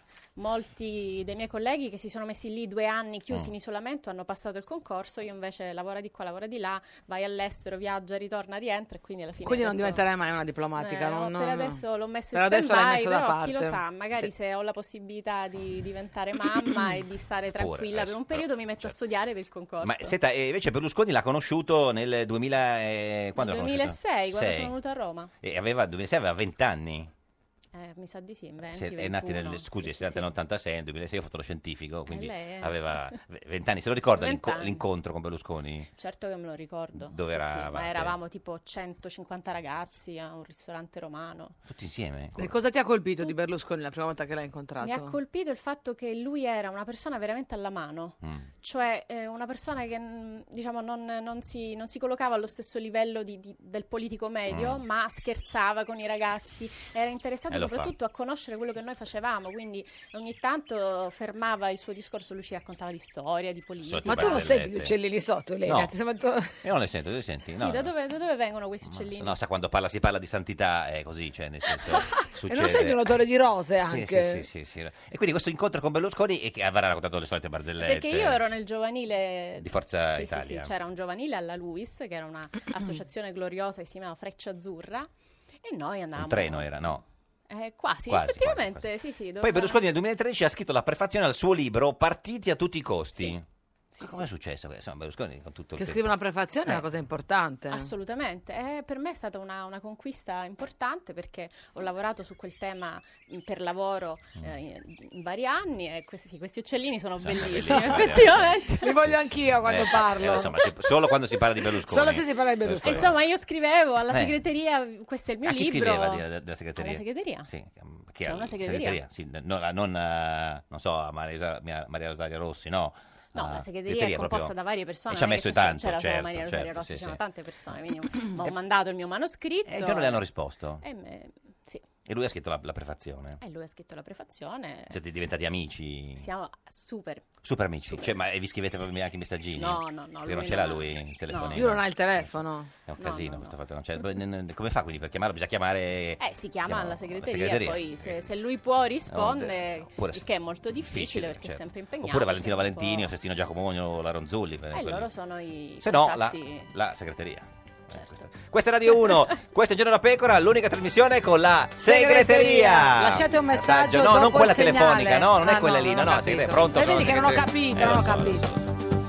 molti dei miei colleghi che si sono messi lì due anni chiusi Mm. in isolamento hanno passato il concorso, io invece lavora di qua, lavora di là, vai all'estero, viaggia, ritorna, rientra e quindi alla fine Quindi non adesso- diventerai mai una diplomatica. Eh, non- no, non- per adesso l'ho messo Per in adesso l'hai stand-by, messo da però chi lo parte. sa, magari Sì. se ho la possibilità di diventare mamma e di stare Pure, tranquilla per adesso, un periodo mi metto a studiare per il concorso. Ma senta, e invece Berlusconi l'ha conosciuto nel duemila... eh, quando Nel l'ha conosciuto? duemilasei, quando Sei. sono venuta a Roma. E aveva, duemilasei aveva venti anni. Eh, mi sa di sì, in venti, Se- è nati nel, ventuno. scusi, Sì, è sì, nato sì. nell'ottantasei, nel duemilasei io ho fatto lo scientifico, quindi lei, eh. aveva venti anni. Se lo ricorda l'inco- venti anni. l'incontro con Berlusconi? Certo che me lo ricordo. Dove Sì, sì, eravate? ma eravamo tipo centocinquanta ragazzi a un ristorante romano. Tutti insieme? E cosa ti ha colpito di Berlusconi la prima volta che l'hai incontrato? Mi ha colpito il fatto che lui era una persona veramente alla mano, Mm. cioè eh, una persona che mh, diciamo non, non si, non si collocava allo stesso livello di- di- del politico medio, Mm. ma scherzava con i ragazzi, era interessato E lo fa. soprattutto a conoscere quello che noi facevamo, quindi ogni tanto fermava il suo discorso, lui ci raccontava di storia, di politica. Sotto Ma tu non barzellette. senti gli uccellini lì sotto, Elena? No. Ti sembra tu- Io non le sento, tu le senti? Sì, No, da, no. dove, da dove vengono questi uccellini? No, sa quando parla, si parla di santità è così, cioè nel senso E succede. non senti un odore di rose Sì, anche? sì, sì, sì, sì. E quindi questo incontro con Berlusconi e che avrà raccontato le solite barzellette. Perché io ero nel giovanile Di Forza sì, Italia. Sì, sì, c'era un giovanile alla Luis, che era un'associazione gloriosa che si chiamava Freccia Azzurra, e noi andavamo... Un treno era, no? Eh, quasi, Quasi, effettivamente, sì, sì. Poi doveva- Berlusconi nel duemilatredici ha scritto la prefazione al suo libro Partiti a tutti i costi. Sì, Ma come è successo? Insomma, Berlusconi con tutto il Che tempo- scrive una prefazione è Eh. una cosa importante. Assolutamente, Eh, per me è stata una, una conquista importante perché ho lavorato su quel tema mh, per lavoro eh, in, in vari anni e questi, questi uccellini sono Sono bellissimi, bellissimi, effettivamente. Li voglio anch'io quando Eh, parlo. eh, insomma, si- solo quando si parla di Berlusconi. Solo se si parla di Berlusconi. E insomma, io scrivevo alla Eh. segreteria, questo è il mio A chi libro. scriveva di- della segreteria? Alla segreteria. Sì, chi C'è ha- una segreteria. Sì, no, la- non, eh, non so, a Maria, Maria Rosaria Rossi, no. No, Ah, la segreteria è composta proprio- da varie persone. E ci ha non è che messo c'è- tanto, c'era certo, solo Maria Rosaria certo, Rossi, sì, c'erano sì. tante persone. Quindi ho mandato il mio manoscritto. E il giorno le hanno risposto? E, me- sì. E lui ha scritto la, la prefazione. E lui ha scritto la prefazione. Siete diventati amici? Siamo super. Super amici. Cioè, ma e vi scrivete proprio anche i messaggini? No, no, no, Perché lui non ce l'ha non ha- lui il telefonino? Lui non ha il telefono. È un No, casino no, questo fatto. Non c'è- beh, n- n- come fa quindi per chiamarlo? Bisogna chiamare... Eh, si chiama chiama alla segreteria, segreteria. poi se, se lui può risponde, No, oppure- il che è molto difficile perché certo. è sempre impegnato. Oppure Valentino sempre un Valentini o Sestino Giacomoni o la Ronzulli. per po'. Eh, quelli. loro sono i Se no, la, contatti- la segreteria. Eh, Certo. questa. Questa è Radio uno, questo è Giorno da Pecora, l'unica trasmissione con la segreteria. Lasciate un messaggio No, dopo non il quella segnale. telefonica, no, non è Ah, quella no, lì, non no, ho no, capito. segreteria. Pronto, E sono vedi che non ho segreteria. capito, Eh, non lo ho so, lo capito. so, lo so.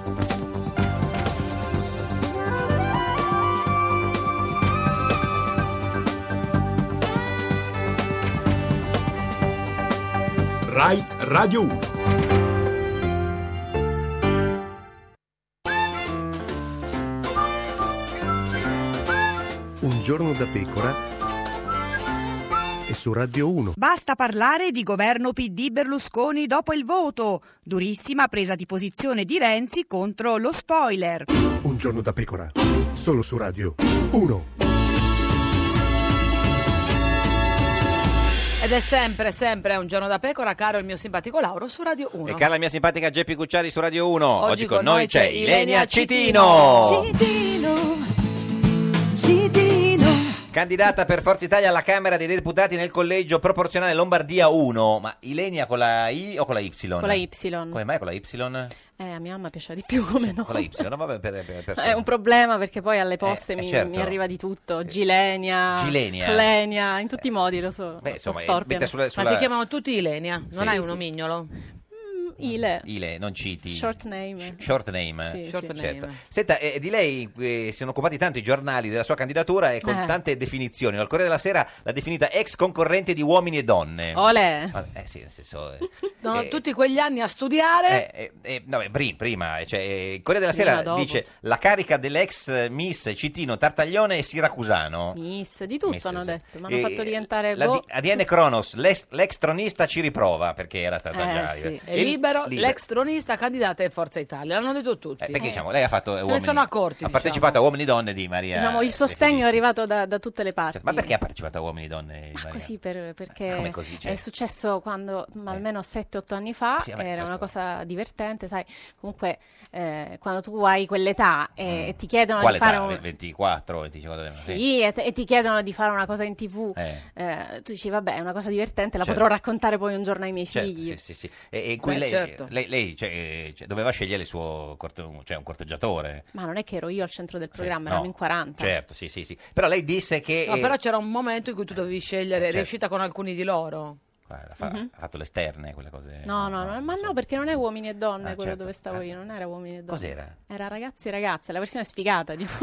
Rai Radio uno. Un giorno da pecora e e su Radio uno. Basta parlare di governo P D Berlusconi dopo il voto. Durissima presa di posizione di Renzi contro lo spoiler. Un giorno da pecora, solo su Radio uno. Ed è sempre, sempre un giorno da pecora, caro il mio simpatico Lauro su Radio uno. E cara la mia simpatica Geppi Cucciari su Radio uno. Oggi Oggi, con con noi noi c'è c'è Ilenia Ilenia Citino. Citino, Citino. Candidata per Forza Italia alla Camera dei Deputati nel collegio proporzionale Lombardia uno. Ma Ilenia con la I o con la Y? Con la Y. Come mai con la Y? Eh, a mia mamma piace di più come no. Con la Y, no? Vabbè, per, per, per È un problema perché poi alle poste Eh, eh, mi, certo. mi arriva di tutto. Gilenia, Gilenia. Clenia, in tutti i modi lo so. Beh, lo insomma, eh, storpiano. mentre sulla- Ma sulla- ti chiamano tutti Ilenia, non Sì. hai Sì, un sì. nomignolo? Ile. Ile, non citi. Short name. Sh- Short name. Sì, Short sì. Certo. name. Senta, eh, di lei eh, si sono occupati tanto i giornali della sua candidatura e con Eh. tante definizioni. Al Corriere della Sera l'ha definita ex concorrente di Uomini e Donne. Olè. Ma- Eh sì, nel senso... eh, No, eh, tutti quegli anni a studiare. Eh, eh, eh, no, beh, pri- prima, eh, cioè, eh, il Corriere della Prima, Sera dopo. dice la carica dell'ex eh, Miss Citino, Tartaglione e Siracusano. Miss, di tutto Miss, hanno sì. detto. Mi hanno E fatto diventare la boh. di- A D N Cronos, l'ex, l'ex tronista ci riprova perché era stata Eh, già... sì. È libero, libero. l'ex tronista candidata in Forza Italia, l'hanno detto tutti. Eh, perché diciamo, lei ha fatto... Se ne sono accorti, Ha diciamo. partecipato a Uomini e Donne di Maria... Diciamo, il sostegno è arrivato da, da tutte le parti. Ma perché ha partecipato a Uomini e Donne di Ma Maria? così, per- perché Ma come così, cioè? è successo quando, ma almeno sette otto anni fa, Sì, vabbè, era questo- una cosa divertente, sai, comunque eh, quando tu hai quell'età e, e ti chiedono Quale di fare età? un... ventiquattro, venticinque? Sì, e, te- e ti chiedono di fare una cosa in tv, Eh. eh, tu dici vabbè è una cosa divertente, la Certo. potrò raccontare poi un giorno ai miei Certo, figli. sì, sì, sì. E, e in cui Beh, lei, certo. lei, lei, cioè, eh, cioè, doveva scegliere il suo corto, cioè un corteggiatore. Ma non è che ero io al centro del Sì, programma, no. eravamo in quaranta. Certo, sì, sì, sì. Però lei disse che... No, eh, però c'era un momento in cui tu dovevi scegliere, certo. eri uscita con alcuni di loro. guarda, fa- Mhm. ha fatto le esterne, quelle cose... No, no, no, ma no, perché non è uomini e donne Ah, quello certo. dove stavo io, non era uomini e donne. Cos'era? Era ragazzi e ragazze, la versione sfigata di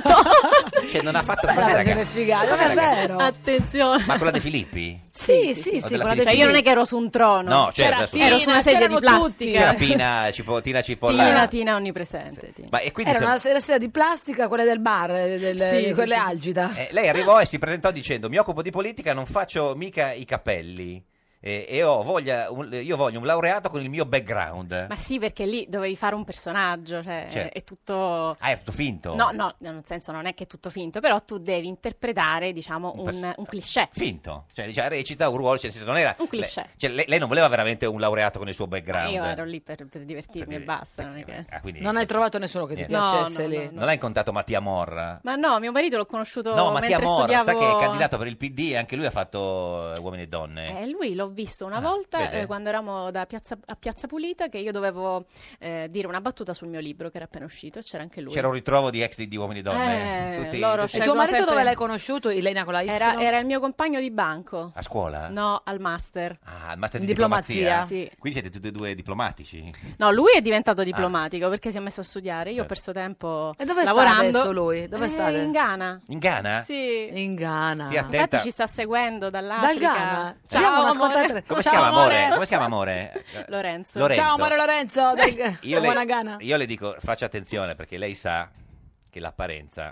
Cioè, non ha fatto... Beh, la cos'era, versione ragazzi? sfigata, non è Cos'era, ragazzi? vero. Attenzione. Ma quella De Filippi? Sì, sì, O sì, della quella Filippi? dei Cioè, io non è che ero su un trono. No, certo, C'era adesso- ero su una sedia di c'erano plastica. C'era Pina, Cipo- Tina Cipollari. Tina, Tina onnipresente. Tina. Ma e quindi Era se- una sera sera di plastica, quelle del bar, eh, del- Sì, di quelle sì, sì. algida. eh, lei arrivò e si presentò dicendo: mi occupo di politica, non faccio mica i cappelli. E, e ho voglia, un- io voglio un laureato con il mio background. Ma sì, perché lì dovevi fare un personaggio, cioè Certo. è tutto... Ah, è tutto finto? No, no, nel senso non è che è tutto finto, però tu devi interpretare, diciamo, Un pers- un, un cliché. Finto, cioè, dice, recita un ruolo, cioè, nel senso, non era Un cliché. lei, cioè, lei, lei non voleva veramente un laureato con il suo background. Io ero lì per, per divertirmi e basta, non è che... Ah, quindi- Non hai trovato nessuno che ti Niente. piacesse No, no, lì. no, Non l'ha incontrato Mattia Morra? Ma no, mio marito l'ho conosciuto No, Mattia mentre Morra, studiavo... sa che è candidato per il P D e anche lui ha fatto eh, Uomini e Donne. Eh, lui l'ho visto una volta vede? eh, quando eravamo da piazza, a Piazza Pulita, che io dovevo eh, dire una battuta sul mio libro che era appena uscito e c'era anche lui. C'era un ritrovo di ex di, di Uomini e Donne? Eh, Tutti, loro tutti- E tuo marito dove l'hai conosciuto? Ilenia con la Y? Era, era il mio compagno di banco. A scuola? No, al master. Ah, il master di In diplomazia. diplomazia? Quindi siete tutti e due diplomatici? No, lui è diventato Ah. diplomatico perché si è messo a studiare. Io ho Certo. perso tempo E dove sta lavorando. adesso lui? Dove Eh, state? In Ghana. In Ghana? Sì. In Ghana. Stia attenta. Infatti ci sta seguendo dall'Africa. Dal Ghana? Ciao, Abbiamo amore. un'ascoltatrice. Come si Ciao, chiama amore? Come si chiama amore? Lorenzo. Lorenzo. Ciao amore Lorenzo, del Io Buona le, Ghana. io le dico, faccia attenzione perché lei sa che l'apparenza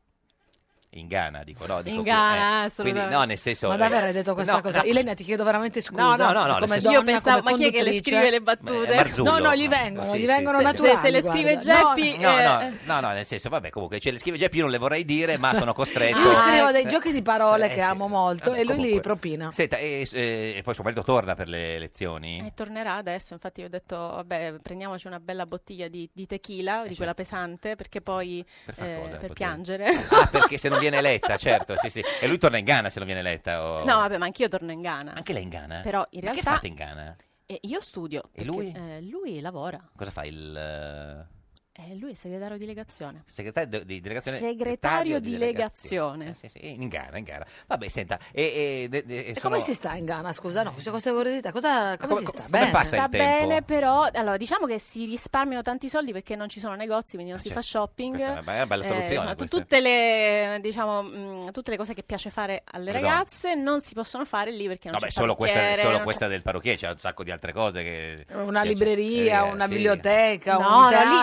in Ghana, dico, no, dico In qui, Ghana, eh, assolutamente. quindi no, nel senso Ma davvero hai detto questa no, cosa? no. Ilenia, ti chiedo veramente scusa. No, no, no, no, come nel senso- donna, Io pensavo, come ma chi è che le conduttrice? scrive le battute? Eh, Marzullo. No, no, gli vengono, Sì, gli sì, vengono sì. naturali. Se- se le scrive guarda. Geppi, No, No, Eh. no, no, no, nel senso, vabbè, comunque, ce le scrive Geppi, io non le vorrei dire, ma sono costretto. Io scrivo Eh, dei giochi di parole eh, che sì. amo molto Vabbè, e lui li comunque. propina. Senta, e, e- e poi suo marito torna per le lezioni? E tornerà adesso, infatti io ho detto, vabbè, prendiamoci una bella bottiglia di, di tequila, di quella pesante, perché poi Per far eh, cosa, per bottiglia? piangere. Ah, perché se non viene eletta, certo, sì, sì. E lui torna in Ghana se non viene eletta? O... No, vabbè, ma anch'io torno in Ghana. Anche lei in Ghana? Però in Ma realtà che fate in Ghana? eh, io studio. E perché, lui? eh, lui lavora. Cosa fa il eh, Eh, lui è segretario di legazione. segretario di, di delegazione? Segretario di delegazione. legazione. Eh, sì, sì, in Ghana, in Ghana. Vabbè, senta, e, e, de- de- E sono- come si sta in Ghana? Scusa, no, questa cosa curiosità. Cosa, come come- si sta? come Bene. passa il Sta tempo? bene, però allora diciamo che si risparmiano tanti soldi perché non ci sono negozi, quindi non Ah, si certo. fa shopping. Questa è una be- una bella Eh, soluzione, tu- questa. tutte le diciamo mh, tutte le cose che piace fare alle Alle ragazze non si possono fare lì perché non Vabbè, c'è solo questa, parrucchiere, solo non questa del parrucchiere, c'è un sacco di altre cose che... Una che- libreria, eh, una sì. biblioteca, No, un no, teatro. lì, lì non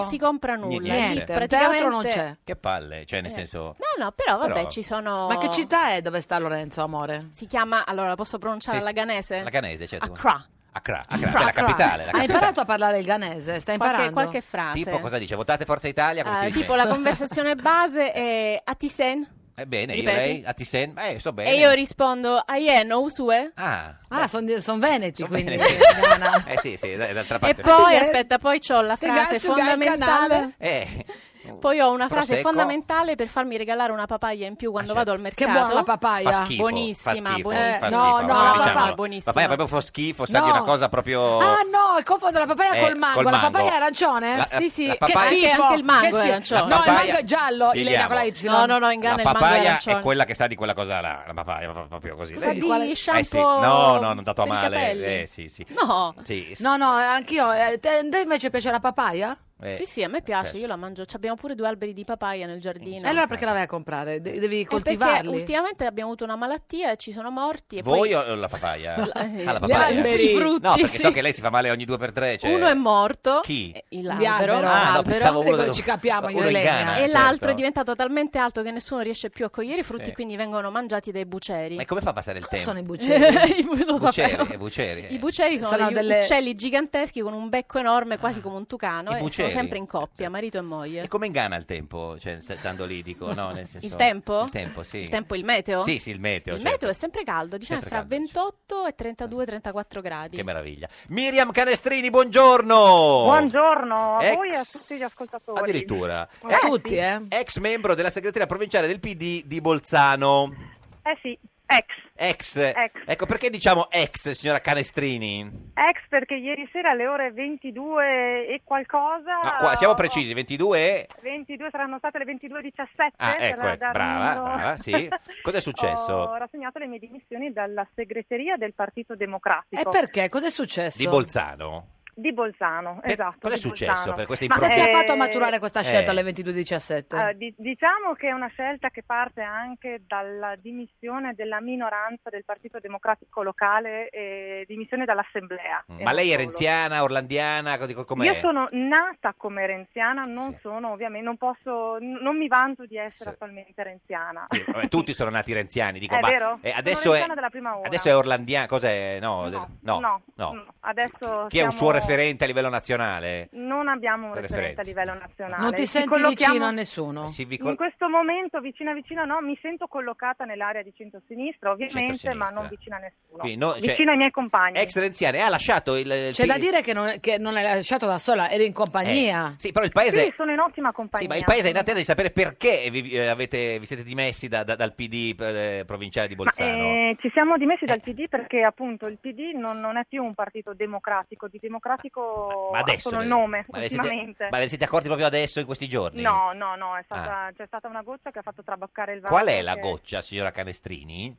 si compra nulla. Niente. Niente, Praticamente- teatro non c'è. Che palle, cioè nel senso... No, no, però vabbè, Però- ci sono... Ma che città è dove sta Lorenzo, amore? Si chiama, allora, posso pronunciare Sì, alla sì. ganese? La Ghanese, certo. Accra. Accra, Accra, cioè la capitale. La Hai capitale. imparato a parlare il ghanese? Stai Qualche, imparando? qualche frase. Tipo cosa dice? Votate Forza Italia? Come Ah, si dice? tipo la conversazione base è Atisen. Eh, bene, io Ripeti? lei, a Tisen, eh, so bene. E io rispondo Aien o Usue. Ah, Ah, sono veneti, quindi. bene. Ghana. Eh sì, sì, d- d'altra E parte. poi, Sì. aspetta, poi c'ho la Te frase gassu gal fondamentale. canale. Eh, Poi ho una frase Prosecco. fondamentale per farmi regalare una papaya in più quando Ah, vado al certo. mercato. Che buona la papaya. fa schifo, Buonissima, fa schifo, buonissima. fa Eh, schifo. no, Vabbè, no, papaya diciamolo. è buonissima. Papaya proprio fa schifo, sa No. di una cosa proprio... Ah no, confondo la papaya Eh, col mango. col La mango. papaya è arancione? La- Sì, sì, la che papaya- schifo. Anche il mango Che è schifo. arancione. No, il papaya- mango è giallo, Ilenia con la Y. No, no, no, in La Ghana il mango è papaya arancione. è quella che sa di quella cosa là, la papaya, proprio così. Sa di quale- shampoo Eh sì, no, no, non dato a per i male. capelli. Eh sì, sì. No. Sì, sì. No, no, anch'io. Eh, te, te invece piace la papaya? Eh, Sì, sì, a me piace, piace. io la mangio. Ci abbiamo pure due alberi di papaya nel giardino. E allora perché la vai a comprare? De- devi Eh, perché coltivarli. ultimamente abbiamo avuto una malattia e ci sono morti. E Voi poi... o la papaya? Eh, Ah, la gli papaya. alberi. I frutti, No, perché sì. so che lei si fa male ogni due per tre. Cioè... Uno è morto. Chi? eh, Di L'albero. albero. Ah, no, l'albero. pensavo uno E del- ci capiamo, io uno e in Elena. Ghana, E certo. l'altro è diventato talmente alto che nessuno riesce più a cogliere i frutti, Sì. quindi vengono mangiati dai buceri. Ma come fa a passare il Cosa tempo? sono i buceri? Lo Buceri, sapevo. eh, buceri, eh. I buceri sono, Sono degli delle- uccelli giganteschi con un becco enorme, quasi come un tucano, I e buceri? sono sempre in coppia, marito e moglie. E come in Ghana il tempo? Cioè, st- stando lì, dico, no, nel senso... Il tempo? Il tempo, sì. Il tempo, il meteo? Sì, sì, il meteo, Il certo. meteo è sempre caldo, diciamo Sempre fra caldo, ventotto e trentadue trentaquattro gradi. Che meraviglia. Miriam Canestrini, buongiorno! Buongiorno a Ex- voi e a tutti gli ascoltatori. Addirittura. Eh, A tutti, sì. eh? Ex membro della segreteria provinciale del P D di Bolzano. Eh sì, ex. Ex. Ex. Ecco, perché diciamo ex, signora Canestrini? Ex perché ieri sera alle ore ventidue e qualcosa... Ah, qua, siamo ho- precisi, ventidue e... ventidue saranno state le ventidue e diciassette. Ah, per ecco, ecco, darmi brava, uno- brava, sì. Cos'è successo? Ho rassegnato le mie dimissioni dalla segreteria del Partito Democratico. E perché? Cos'è successo? Di Bolzano. Di Bolzano, Per- esatto. cos'è di successo Bolzano. per questa Ma cosa ti ha improvvisa- fatto maturare questa scelta Eh. alle ventidue e diciassette? Eh, di- diciamo che è una scelta che parte anche dalla dimissione della minoranza del Partito Democratico locale e dimissione dall'assemblea. E Ma non lei è solo. renziana, orlandiana, co- com'è? Io sono nata come renziana, non sono ovviamente, non posso, n- non mi vanto di essere Sì. attualmente renziana. Sì, vabbè, tutti sono nati renziani, dico, È ma vero? eh, Sono adesso, è, renziana della prima ora. adesso è orlandiana, cos'è? No, No, del- no, no, no. Adesso Chi è un siamo- suo referente a livello nazionale? Non abbiamo un Per referente a referenti. livello nazionale. Non ti Ci senti collochiamo- vicino a nessuno? Si vi In col- questo momento vicina vicina no, mi sento collocata nell'area di centrosinistra ovviamente, Centrosinistra. ma non vicina a nessuno. Quindi no, cioè, vicino ai miei compagni. Ex renziane, ha lasciato il, il C'è P- da dire che non, che non l'hai lasciato da sola, eri in compagnia. Eh, sì, però il paese... Sì, sono in ottima compagnia. Sì, ma il paese è in attesa di sapere perché vi, eh, avete, vi siete dimessi da- da- dal P D eh, provinciale di Ma, Bolzano. eh, ci siamo dimessi dal P D perché appunto il P D non, non è più un partito democratico, di democratico Ma ha adesso solo il ve- nome ma ve ne siete- ultimamente. ma ve ne siete accorti proprio adesso, in questi giorni? No, no, no, è stata- Ah. c'è stata una goccia che ha fatto traboccare il vaso. Qual è la che- goccia, signora Canestrini?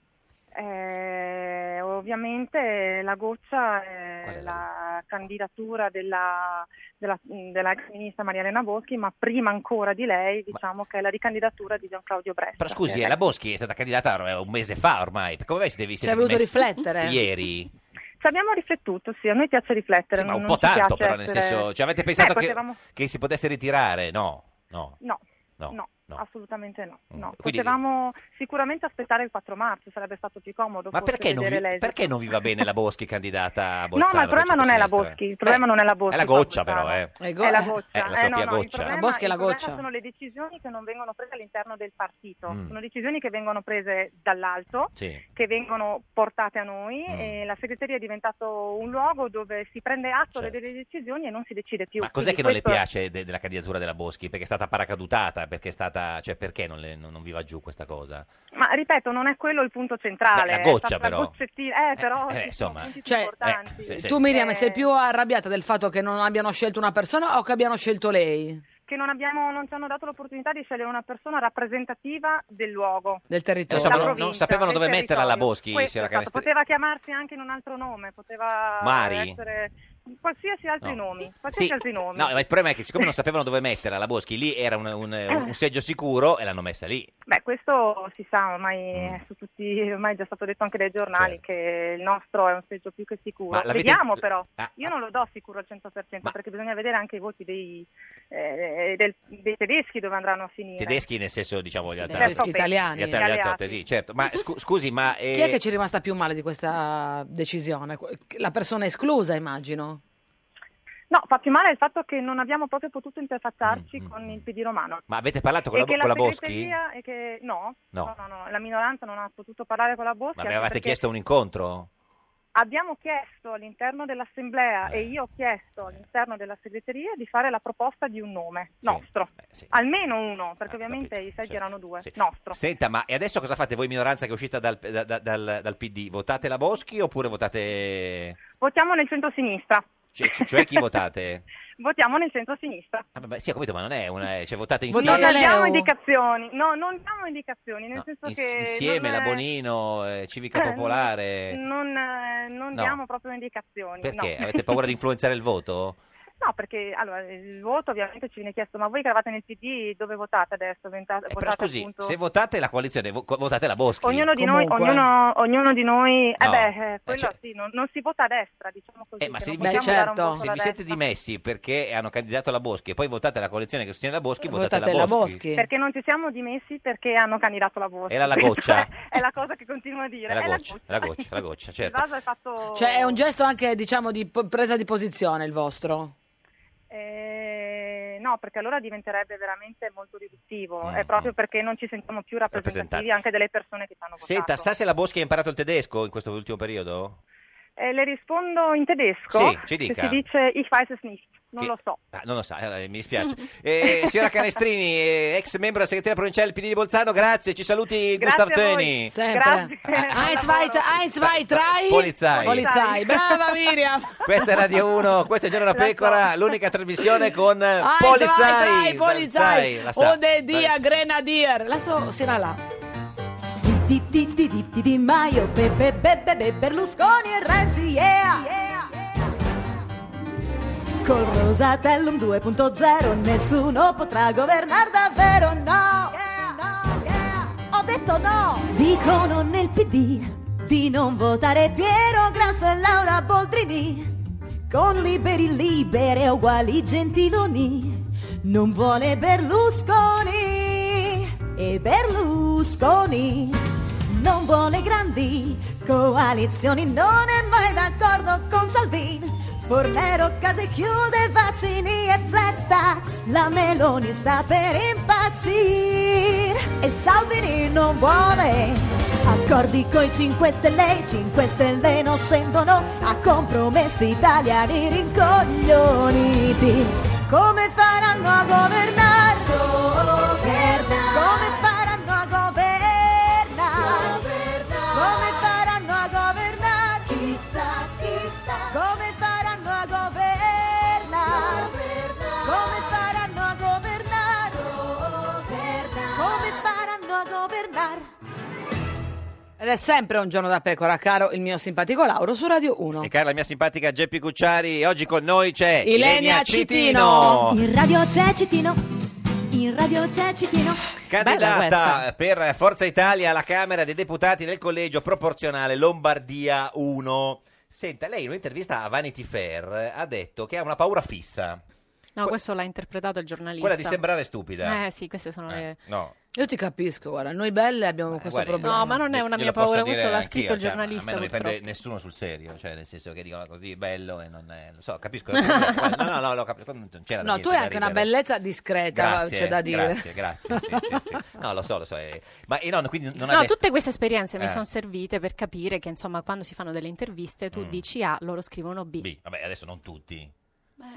Eh, ovviamente la goccia è, Qual è la candidatura della, della, della ex ministra Maria Elena Boschi, ma prima ancora di lei diciamo che è la ricandidatura di Gian Claudio Bresta. Però scusi, che eh, è la Boschi è stata candidata eh, un mese fa ormai. Come mai siete, vi Ci siete hai voluto dimessi riflettere? Ieri? Ci abbiamo riflettuto, sì, a noi piace riflettere. Sì, ma un non po' ci tanto piace però, nel essere- senso... Cioè, avete pensato Eh, che, potevamo- che si potesse ritirare? No, no. No, No, no, no. assolutamente no. no. Quindi- Potevamo sicuramente aspettare il quattro marzo, sarebbe stato più comodo. Ma forse perché non, vi, vedere l'esito. perché non vi va bene la Boschi candidata a No, Bolzano? ma il problema non è la centrosinistra? Boschi, il problema non è la Boschi. È la qua a goccia Bolzano. però, eh. È, go- È la goccia. Eh, la Eh, Sofia no, no, il Goccia. problema, La Boschi è la il problema goccia. sono le decisioni che non vengono prese all'interno del partito, Mm. sono decisioni che vengono prese dall'alto, Sì. che vengono portate a noi Mm. e la segreteria è diventato un luogo dove si prende atto Certo. delle decisioni e non si decide più. Ma cos'è Quindi che non le questo- piace de- della candidatura della Boschi? Perché è stata paracadutata? Perché è stata... Cioè, perché non, le- non- non vi va giù questa cosa? Ma ripeto, non è quello il punto centrale. Beh, la è goccia, stata la però. goccettina- Eh, però eh, ci sono insomma. punti più Cioè, importanti. eh, sì, sì. Tu Miriam Eh, sei più arrabbiata del fatto che non abbiano scelto una persona o che abbiano scelto lei? Che non, abbiamo, non ci hanno dato l'opportunità di scegliere una persona rappresentativa del luogo. Del territorio. Insomma, La non- non provincia, sapevano del dove metterla la territorio. Boschi, Questo signora è stato. Canestrini. Poteva chiamarsi anche in un altro nome, poteva Mari? essere qualsiasi altri No. nomi, qualsiasi Sì, altri nomi. no, ma il problema è che siccome non sapevano dove metterla la Boschi, lì era un, un- un seggio sicuro e l'hanno messa lì. Beh, questo si sa, ormai Mm. è su tutti, ormai è già stato detto anche dai giornali che il nostro è un seggio più che sicuro. Ma l'avete- Vediamo però, Ah, io non lo do sicuro al cento per cento perché bisogna vedere anche i voti dei, eh, del- dei tedeschi dove andranno a finire. Tedeschi nel senso, diciamo, gli altri Tedeschi italiani. Gli altri- gli altri altri, sì, certo. Ma scu- scusi, ma... eh, Chi è che ci è rimasta più male di questa decisione? La persona esclusa, immagino. No, fa più male il fatto che non abbiamo proprio potuto interfacciarci con il P D romano. Ma avete parlato con E la, che con la Boschi? segreteria è che no, No. no, no, no, la minoranza non ha potuto parlare con la Boschi. Ma anche mi avevate perché chiesto un incontro? Abbiamo chiesto all'interno dell'assemblea Eh. e io ho chiesto all'interno della segreteria di fare la proposta di un nome nostro, almeno uno, perché ovviamente i seggi erano due, nostro. Senta, ma e adesso cosa fate voi minoranza che è uscita dal, da- da- dal, dal P D? Votate la Boschi oppure votate... Votiamo nel centro-sinistra, Cioè, cioè chi votate? votiamo nel centro-sinistra. Ah, vabbè, sì, ho capito, ma non è una... Cioè, votate Non insieme... diamo indicazioni, no, non diamo indicazioni, nel senso Ins- che insieme, non la è- Bonino, eh, Civica Eh, Popolare... non, eh, non No. diamo proprio indicazioni. Perché? no. Avete paura di influenzare il voto? No, perché allora il voto ovviamente ci viene chiesto, ma voi che eravate nel P D dove votate adesso? Ventate, Eh, però votate scusi, appunto... se votate la coalizione, vo- votate la Boschi. Ognuno di, noi, ognuno, ognuno di noi, eh No. beh, eh, quello cioè- sì, non, non si vota a destra, diciamo così. Eh, ma che se non vi, possiamo siete, dare un voto se alla vi siete destra. dimessi perché hanno candidato la Boschi e poi votate la coalizione che sostiene la Boschi, votate, Votate la la Boschi. Boschi. Perché non ci siamo dimessi perché hanno candidato la Boschi. Era la goccia. è la cosa che continuo a dire. È la è goccia, la goccia, la goccia, Il certo. vaso è fatto... Cioè è un gesto anche, diciamo, di po- presa di posizione il vostro. Eh, no, perché allora diventerebbe veramente molto riduttivo. Mm, È proprio perché non ci sentiamo più rappresentativi Rappresentati. anche delle persone che ci hanno votato. Senta, sa se la Boschi ha imparato il tedesco in questo ultimo periodo? Eh, le rispondo in tedesco. Sì, ci che dica. si dice ich weiß es nicht, non Che- lo so. Ah, non lo sa, eh, mi dispiace. Eh, signora Canestrini, eh, ex membro della segreteria provinciale del P D di Bolzano, grazie, ci saluti Grazie Gustav a voi. Töni. Sempre. Eins, zwei, eins, zwei, drei. Polizei. Polizei. Brava Miriam. Questa è Radio uno, questo è Giorno da Pecora, l'unica trasmissione con eh, Eins, Polizei. zwei, drei, Polizei. La sa. Ode dia Grenadier. La so, sino là. Di di di di di Di Maio, Pepe, Pepe, Be- Berlusconi e Renzi, yeah! Col Rosatellum due punto zero nessuno potrà governare davvero, no! Ho detto no! Dicono nel P D di non votare Piero Grasso e Laura Boldrini, con liberi libere e uguali Gentiloni, non vuole Berlusconi e Berlusconi non vuole grandi coalizioni, non è mai d'accordo con Salvini. Fornero, case chiuse, vaccini e flat tax, la Meloni sta per impazzire e Salvini non vuole accordi coi cinque Stelle, i cinque Stelle non scendono a compromessi italiani rincoglioniti. Come faranno a governare? Come faranno a governare? Come faranno a governare? Chissà, chissà. Come faranno a governare? Come faranno a governare? Come faranno a governare? Ed è sempre un giorno da pecora, caro il mio simpatico Lauro su Radio uno. E cara la mia simpatica Geppi Cucciari, e oggi con noi c'è Ilenia Citino. In radio c'è Citino, in radio c'è Citino. Candidata per Forza Italia alla Camera dei Deputati nel collegio proporzionale Lombardia uno. Senta, lei in un'intervista a Vanity Fair ha detto che ha una paura fissa, No, questo l'ha interpretato il giornalista. quella di sembrare stupida. Eh sì, queste sono le... No. Io ti capisco, guarda, noi belle abbiamo questo guardi, problema. No, ma non è una Glielo mia posso paura, dire questo l'ha anch'io, scritto il cioè, giornalista, a me non mi prende purtroppo. nessuno sul serio, cioè nel senso che dicono così bello e non è, lo so, capisco. No, no, no, lo capisco, non c'era No, niente tu hai da anche una ridere. bellezza discreta, Grazie, c'è da dire. Grazie, grazie, sì, sì, sì. No, lo so, lo so. eh. Ma eh, no, quindi non ha No, detto- tutte queste esperienze mi Eh. sono servite per capire che insomma quando si fanno delle interviste tu Mm. dici A, loro scrivono B. B. Vabbè, adesso non tutti. Eh,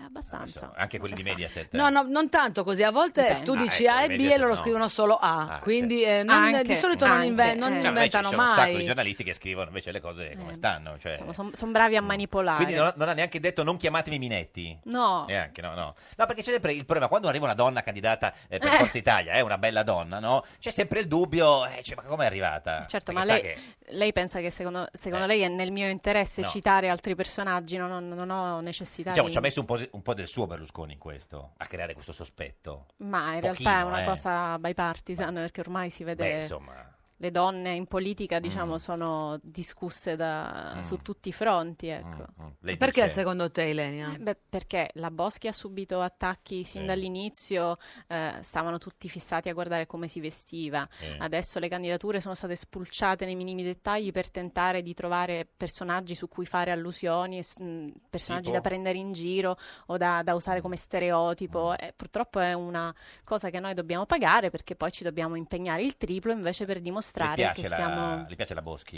abbastanza. Anche quelli di Mediaset. No, no, non tanto così. A volte Dipende. tu Ah, dici ecco, A e B Mediaset e loro no. scrivono solo A. Ah, quindi eh, non- Anche, di solito non, anche, inve- non eh. No, invece inventano ci sono un sacco di mai. giornalisti che scrivono invece le cose come stanno. Cioè... Sono son bravi a manipolare. Quindi non, non ha neanche detto non chiamatemi Minetti. No. E anche, no, no. No, perché c'è sempre il problema, quando arriva una donna candidata eh, per Eh. Forza Italia, è una bella donna, no? C'è sempre il dubbio, eh, cioè, ma come è arrivata? Certo, Perché ma sa lei, che- lei pensa che secondo, secondo lei è nel mio interesse No. citare altri personaggi? Non ho, non ho necessità Diciamo, di... ci ha messo un po', un po' del suo Berlusconi in questo, a creare questo sospetto. Ma in Pochino, realtà è una eh. cosa bipartisan, perché ormai si vede... Beh, insomma... Le donne in politica, diciamo, sono discusse da- Mm. su tutti i fronti, ecco. Lei Perché dice- secondo te, Ilenia? Eh, beh, perché la Boschi ha subito attacchi sin dall'inizio, eh, stavano tutti fissati a guardare come si vestiva. Sì. Adesso le candidature sono state spulciate nei minimi dettagli per tentare di trovare personaggi su cui fare allusioni, e s- mh, personaggi Tipo? da prendere in giro o da, da usare come stereotipo. E purtroppo è una cosa che noi dobbiamo pagare, perché poi ci dobbiamo impegnare il triplo invece per dimostrare Le piace, che la, siamo... le piace la Boschi?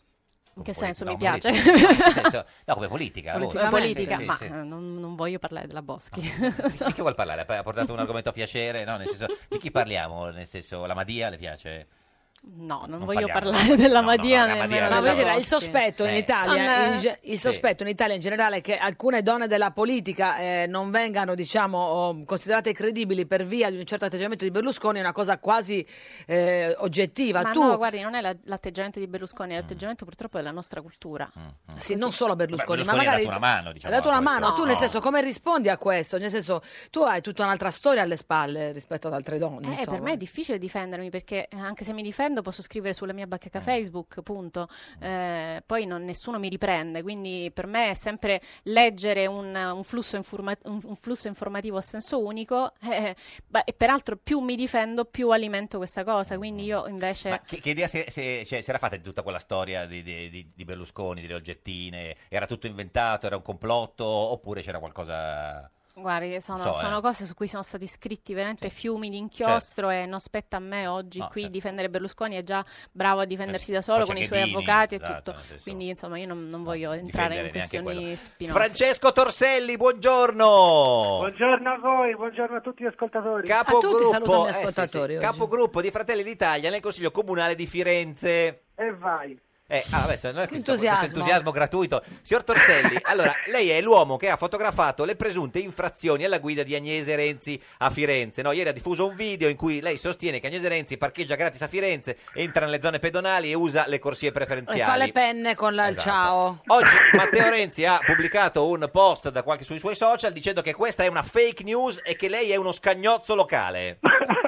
In che senso No, mi come piace? politica. No, nel senso- no, come politica. la Come Boschi. politica, Sì, sì, ma sì. eh, non, non voglio parlare della Boschi. Di che vuol parlare? Ha portato un argomento a piacere? No, nel senso, di chi parliamo? Nel senso, la Madia le piace? No, non, Non voglio parliamo. parlare della No, no, Madia. la nemmeno Madia- della Ma voglio dire, il Boschi. sospetto in Eh. Italia, Non- in ge- il sì. sospetto in Italia in generale è che alcune donne della politica eh, non vengano, diciamo, oh, considerate credibili per via di un certo atteggiamento di Berlusconi è una cosa quasi eh, oggettiva. Ma tu, no, guardi, non è la- l'atteggiamento di Berlusconi, è l'atteggiamento purtroppo della nostra cultura. sì, non solo Berlusconi, Vabbè, Berlusconi ma ha magari dato una mano, diciamo, ha dato a una questo. mano. Tu, No. nel senso, come rispondi a questo? Nel senso, tu hai tutta un'altra storia alle spalle rispetto ad altre donne. Eh, insomma. per me è difficile difendermi, perché eh, anche se mi difendo posso scrivere sulla mia bacheca Facebook, punto. Eh, poi non- nessuno mi riprende, quindi per me è sempre leggere un, un flusso, informa- un, un flusso informativo a senso unico, eh, beh, e peraltro più mi difendo più alimento questa cosa, quindi io invece... Ma che, che idea si, si- cioè, si era fatta di tutta quella storia di, di- di- di Berlusconi, delle oggettine? Era tutto inventato, era un complotto, oppure c'era qualcosa... Guardi, sono, So, eh. sono cose su cui sono stati scritti veramente fiumi di inchiostro, e non spetta a me oggi No, qui certo. difendere Berlusconi, è già bravo a difendersi da solo Poi con c'è i suoi Ghedini, avvocati e esatto, tutto. nel senso- Quindi insomma io non, non voglio entrare in difendere neanche questioni quello. spinose. Francesco Torselli, buongiorno! Buongiorno a voi, buongiorno a tutti gli ascoltatori. Capogruppo, gli eh, sì, sì, ascoltatori oggi. capogruppo di Fratelli d'Italia nel Consiglio Comunale di Firenze. E vai. Eh, ah, vabbè, non è questo, entusiasmo. questo entusiasmo gratuito. Signor Torselli, allora, lei è l'uomo che ha fotografato le presunte infrazioni alla guida di Agnese Renzi a Firenze, no? Ieri ha diffuso un video in cui lei sostiene che Agnese Renzi parcheggia gratis a Firenze, entra nelle zone pedonali e usa le corsie E preferenziali. fa le penne con la- il Esatto. ciao. Oggi Matteo Renzi ha pubblicato un post da qualche sui suoi social dicendo che questa è una fake news e che lei è uno scagnozzo locale.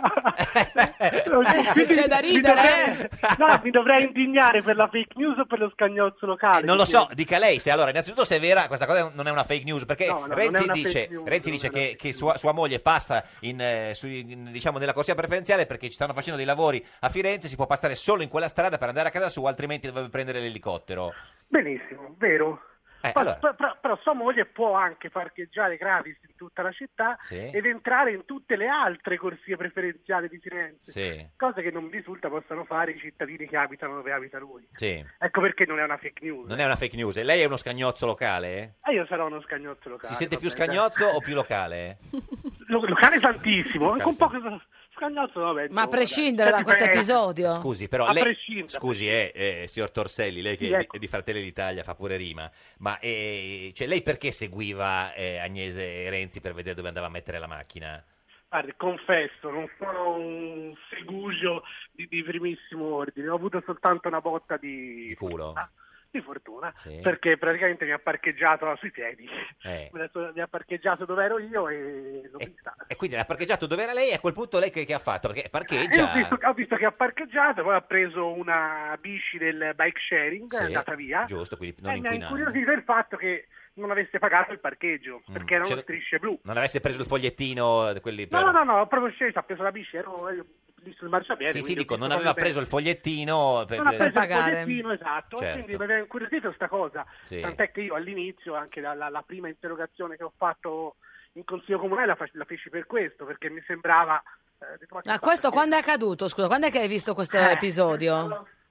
Quindi c'è da mi ridere, dovrei- No, mi dovrei indignare per la fake news o per lo scagnozzo locale. Eh, non lo so, dica lei se allora innanzitutto se è vera questa cosa non è una fake news, perché No, no, non è Renzi una dice, fake news, Renzi non dice è una che, che sua, sua moglie passa in, eh, sui- in, diciamo, nella corsia preferenziale perché ci stanno facendo dei lavori a Firenze, si può passare solo in quella strada per andare a casa sua, altrimenti dovrebbe prendere l'elicottero. Benissimo, vero. Eh, Ma- allora. però, però- però sua moglie può anche parcheggiare gratis in tutta la città Sì. ed entrare in tutte le altre corsie preferenziali di Firenze, Sì, cose che non mi risulta possano fare i cittadini che abitano dove abita lui. sì. Ecco perché non è una fake news. Non è una fake news. E lei è uno scagnozzo locale? E io sarò uno scagnozzo locale. Si sente va più bene. scagnozzo o più locale? Lo- locale tantissimo, Locale un po' che scagnozzo vabbè. Ma a insomma, prescindere dai. da questo Sempre- episodio. Scusi, però A lei... prescindere. Scusi, eh, eh, signor Torselli, lei che Sì, è di- ecco. è di Fratelli d'Italia fa pure rima, ma eh, cioè, lei perché seguiva eh, Agnese Renzi per vedere dove andava a mettere la macchina? Guardi, confesso, non sono un segugio di, di primissimo ordine, ho avuto soltanto una botta di, Di culo? di fortuna, Sì. perché praticamente mi ha parcheggiato sui piedi, Eh. Mi ha- mi ha parcheggiato dove ero io e l'ho vista. E quindi l'ha parcheggiato dove era lei e a quel punto lei che, che ha fatto? Perché E parcheggia... ho, visto, ho visto che ha parcheggiato, poi ha preso una bici del bike sharing, Sì, è andata via, giusto, quindi non e mi ha inquinando. incuriosito il fatto che non avesse pagato il parcheggio, perché erano C'era- strisce blu. Non avesse preso il fogliettino, eh, quelli per... No, no, no, no, ho proprio sceso, ha preso la bici, ero ero lì sul marciapiede. Sì, sì, quindi ho dico, visto non aveva proprio preso il fogliettino per... Non ha preso pagare. il fogliettino, esatto, e Certo. quindi mi aveva incuriosito questa cosa. Sì. Tant'è che io all'inizio, anche dalla la prima interrogazione che ho fatto in Consiglio Comunale, la, fa- la feci per questo, perché mi sembrava... eh, detto, ma che Ma fa? questo Perché- quando è accaduto? Scusa, quando è che hai visto questo Eh, episodio?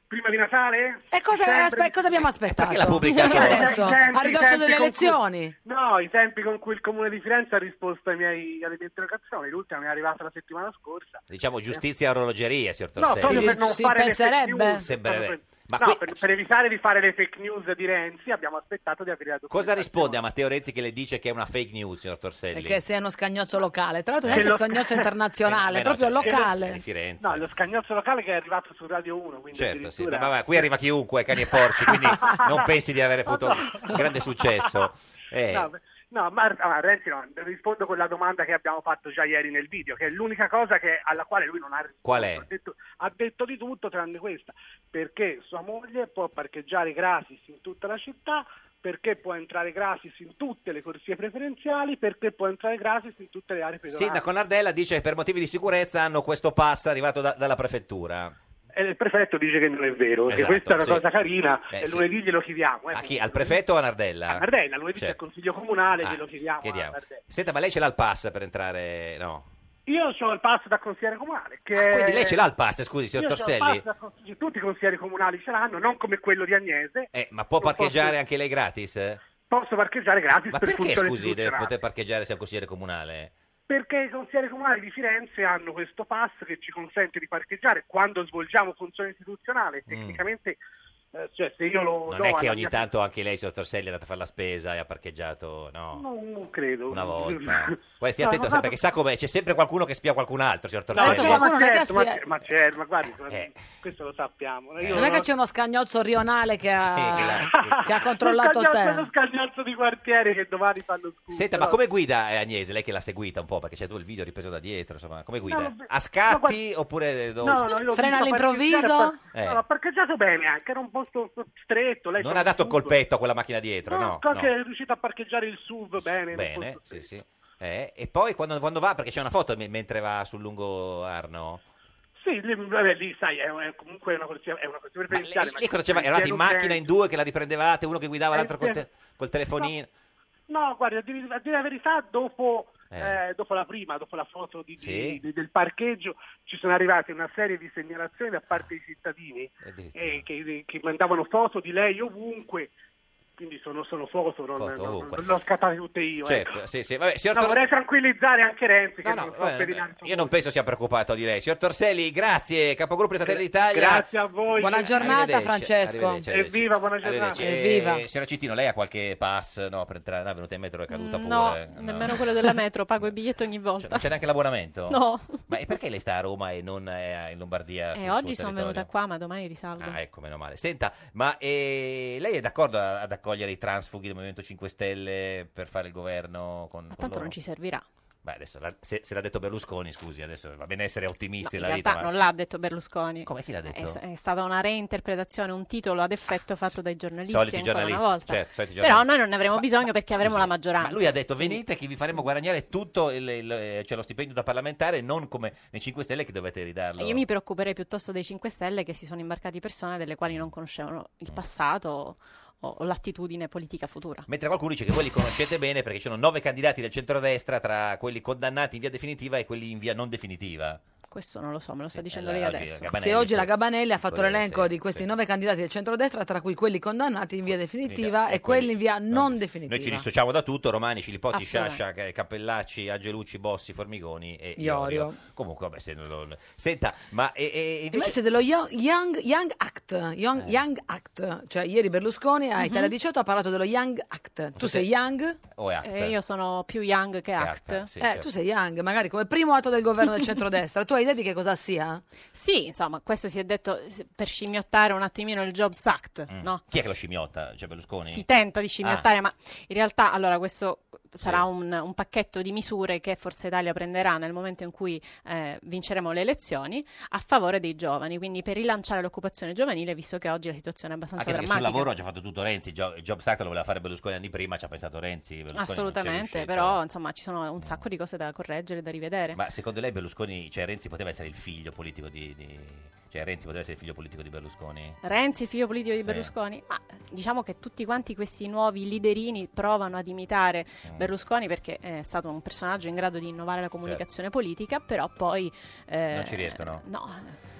Prima di Natale? E cosa, Sempre- aspe- cosa abbiamo aspettato? Perché l'ha pubblicato? Perché adesso? I tempi- A i ridosso tempi delle con cui- elezioni? No, i tempi con cui il Comune di Firenze ha risposto ai miei, alle mie interrogazioni. L'ultima mi è arrivata la settimana scorsa. Diciamo giustizia e orologeria, signor No, Torselli. proprio per non si fare le fake penserebbe. news. Sembrerebbe. Ma no, qui- per, per evitare di fare le fake news di Renzi abbiamo aspettato di aprire la Cosa documentazione. risponde a Matteo Renzi che le dice che è una fake news, signor Torselli? Che sia uno scagnozzo locale. Tra l'altro Eh, neanche lo- scagnozzo internazionale, Beh, no, proprio cioè, locale. è di Firenze. No, lo scagnozzo locale che è arrivato su Radio uno, quindi Certo, sì. addirittura- Ma, ma qui arriva chiunque, cani e porci, quindi non pensi di avere avuto un grande successo. Eh, No, beh, no, ma ah, Renzi no, rispondo con la domanda che abbiamo fatto già ieri nel video, che è l'unica cosa che, alla quale lui non ha risposto. Qual è? Ha detto, ha detto di tutto tranne questa, perché sua moglie può parcheggiare gratis in tutta la città, perché può entrare gratis in tutte le corsie preferenziali, perché può entrare gratis in tutte le aree pedonali. Sindaco Nardella dice che per motivi di sicurezza hanno questo pass arrivato da- dalla prefettura. E il prefetto dice che non è vero, che Esatto, questa è una sì. cosa carina, Eh, e sì. lunedì glielo chiediamo. Eh. A chi? Al prefetto o a Nardella? A Nardella, lunedì c'è il Certo. consiglio comunale, Ah, glielo chiediamo. a chiediamo. Nardella. Senta, ma lei ce l'ha il pass per entrare? No. Io ho il pass da consigliere comunale. Che Ah, quindi lei ce l'ha il pass, scusi, signor Io c'ho il Torselli? pass da consigliere- tutti i consiglieri comunali ce l'hanno, non come quello di Agnese. Eh, ma può Non parcheggiare posso- anche lei gratis? Posso parcheggiare gratis Ma per perché, funzione scusi, deve istituzionale. poter parcheggiare se è un consigliere comunale? Perché i consiglieri comunali di Firenze hanno questo pass che ci consente di parcheggiare quando svolgiamo funzione istituzionale. Tecnicamente, eh, cioè se io lo Mm. Non do è che alla ogni mia- tanto anche lei, signor Torselli, è andato a fare la spesa e ha parcheggiato, no? No, non credo. Una volta. Guardi, stia No, attento, ma- perché sa com'è, c'è sempre qualcuno che spia qualcun altro, signor No, Torselli. no, qualcuno ma, non è che certo, ma, spia- ma certo, ma guardi, Eh. questo lo sappiamo. Io Non è che c'è uno scagnozzo rionale che ha, che ha controllato Lo scagnozzo- te. lo scagnozzo di quartiere che domani fanno scusa. Senta, ma come guida eh, Agnese? Lei che l'ha seguita un po', perché c'è tu il video ripreso da dietro, insomma, come guida? No, beh, a scatti oppure... dove- No, no, io l'ho Frena visto all'improvviso? parcheggiare, Eh. No, ha parcheggiato bene anche, era un posto stretto. Lei Non c'ha ha dato un un S U V. colpetto a quella macchina dietro, no? no, no. che è riuscito a parcheggiare il S U V bene. in un Bene, posto sì, sì. Eh, e poi quando, quando va, perché c'è una foto me- mentre va sul lungo Arno. Sì, lì, vabbè, lì sai, è, è comunque una corsia, è una corsia preferenziale. Lei cosa faceva? Eravate in macchina in due che la riprendevate, uno che guidava, Eh, l'altro col, sì. te- col telefonino. No, guarda, a dire, a dire la verità, dopo, Eh. eh, dopo la prima, dopo la foto di- Sì. di- del parcheggio, ci sono arrivate una serie di segnalazioni da parte dei cittadini Addirittura. eh, che, che mandavano foto di lei ovunque. Quindi sono, sono foto, non, Foto non- ovunque. non le ho scattate tutte io. Certo, ecco. sì, sì. Vabbè, signor No, Tor- vorrei tranquillizzare anche Renzi, che No, no, non so vabbè, pedinare io non penso sia preoccupato di lei. Signor Torselli, grazie, capogruppo di Fratelli d'Italia. Grazie a voi. Buona giornata, Arrivederci, Francesco. arrivederci, arrivederci. Evviva, buona giornata. Arrivederci. Evviva. Eh, signora Cittino, lei ha qualche pass no, per entrare? No, è venuta in metro e è caduta Mm, no, pure. nemmeno quello della metro, pago il biglietto ogni Cioè, volta. non c'è neanche l'abbonamento? No. Ma e perché lei sta a Roma e non è in Lombardia? sul E suo oggi sono territorio? venuta qua, ma domani risalgo. Ah, ecco, meno male. Senta, ma eh, lei è d'accordo a- ad accogliere i transfughi del Movimento cinque Stelle per fare il governo con, Ma con tanto loro? non ci servirà. Beh, adesso la- se, se l'ha detto Berlusconi, scusi, adesso va bene essere ottimisti In nella realtà vita, ma... non l'ha detto Berlusconi. Come chi l'ha detto? È, è stata una reinterpretazione, un titolo ad effetto fatto dai giornalisti Soliti ancora giornalisti, una volta. certo, soliti Però giornalisti. noi non ne avremo bisogno perché avremo la maggioranza. Ma lui ha detto venite che vi faremo guadagnare tutto il, il- eh, cioè lo stipendio da parlamentare, non come nei cinque Stelle che dovete ridarlo. Io mi preoccuperei piuttosto dei cinque Stelle che si sono imbarcati persone delle quali non conoscevano il passato o, o l'attitudine politica futura. Mentre qualcuno dice che voi li conoscete bene perché ci sono nove candidati del centrodestra tra quelli condannati in via definitiva e quelli in via non definitiva. Questo non lo so, me lo sta dicendo eh, lei oggi adesso. Gabanelli, Sì, oggi sì. la Gabanelli ha fatto Corriere, l'elenco sì, di questi sì. nove candidati del centrodestra, tra cui quelli condannati in via definitiva E e quelli in via quelli- non definitiva. Noi ci dissociamo da tutto, Romani, Cilipotti, Assolutamente. Sciascia, Cappellacci, Angelucci, Bossi, Formigoni e Iorio. Iorio. Comunque, vabbè, se non lo- Senta, ma e, e invece... Invece dello Young, Young, Young Act, Young, Eh. Young Act, cioè ieri Berlusconi a Italia diciotto ha parlato dello Young Act. Tu sei Young? O è Act? Eh, io sono più young che act. Act, sì, Eh, certo. tu sei Young, magari come primo atto del governo del centrodestra. Tu hai idea di che cosa sia? Sì, insomma, questo si è detto s- per scimmiottare un attimino il Jobs Act, Mm. no? Chi è che lo scimmiotta? Cioè Berlusconi? Si tenta di scimmiottare, Ah. ma in realtà allora questo sarà Sì. un, un pacchetto di misure che Forza Italia prenderà nel momento in cui eh, vinceremo le elezioni a favore dei giovani, quindi per rilanciare l'occupazione giovanile, visto che oggi la situazione è abbastanza Anche perché sul drammatica. lavoro ha già fatto tutto Renzi, il Job- il Jobs Act lo voleva fare Berlusconi anni prima, ci ha pensato Renzi. Berlusconi non ci è Assolutamente, riuscito. però insomma ci sono un sacco di cose da correggere, da rivedere. Ma secondo lei Berlusconi, cioè Renzi poteva essere il figlio politico di... di- Cioè Renzi poteva essere il figlio politico di Berlusconi? Renzi, figlio politico di Sì. Berlusconi, ma diciamo che tutti quanti questi nuovi liderini provano ad imitare Mm. Berlusconi perché è stato un personaggio in grado di innovare la comunicazione politica, però poi... eh, Non ci riescono? No.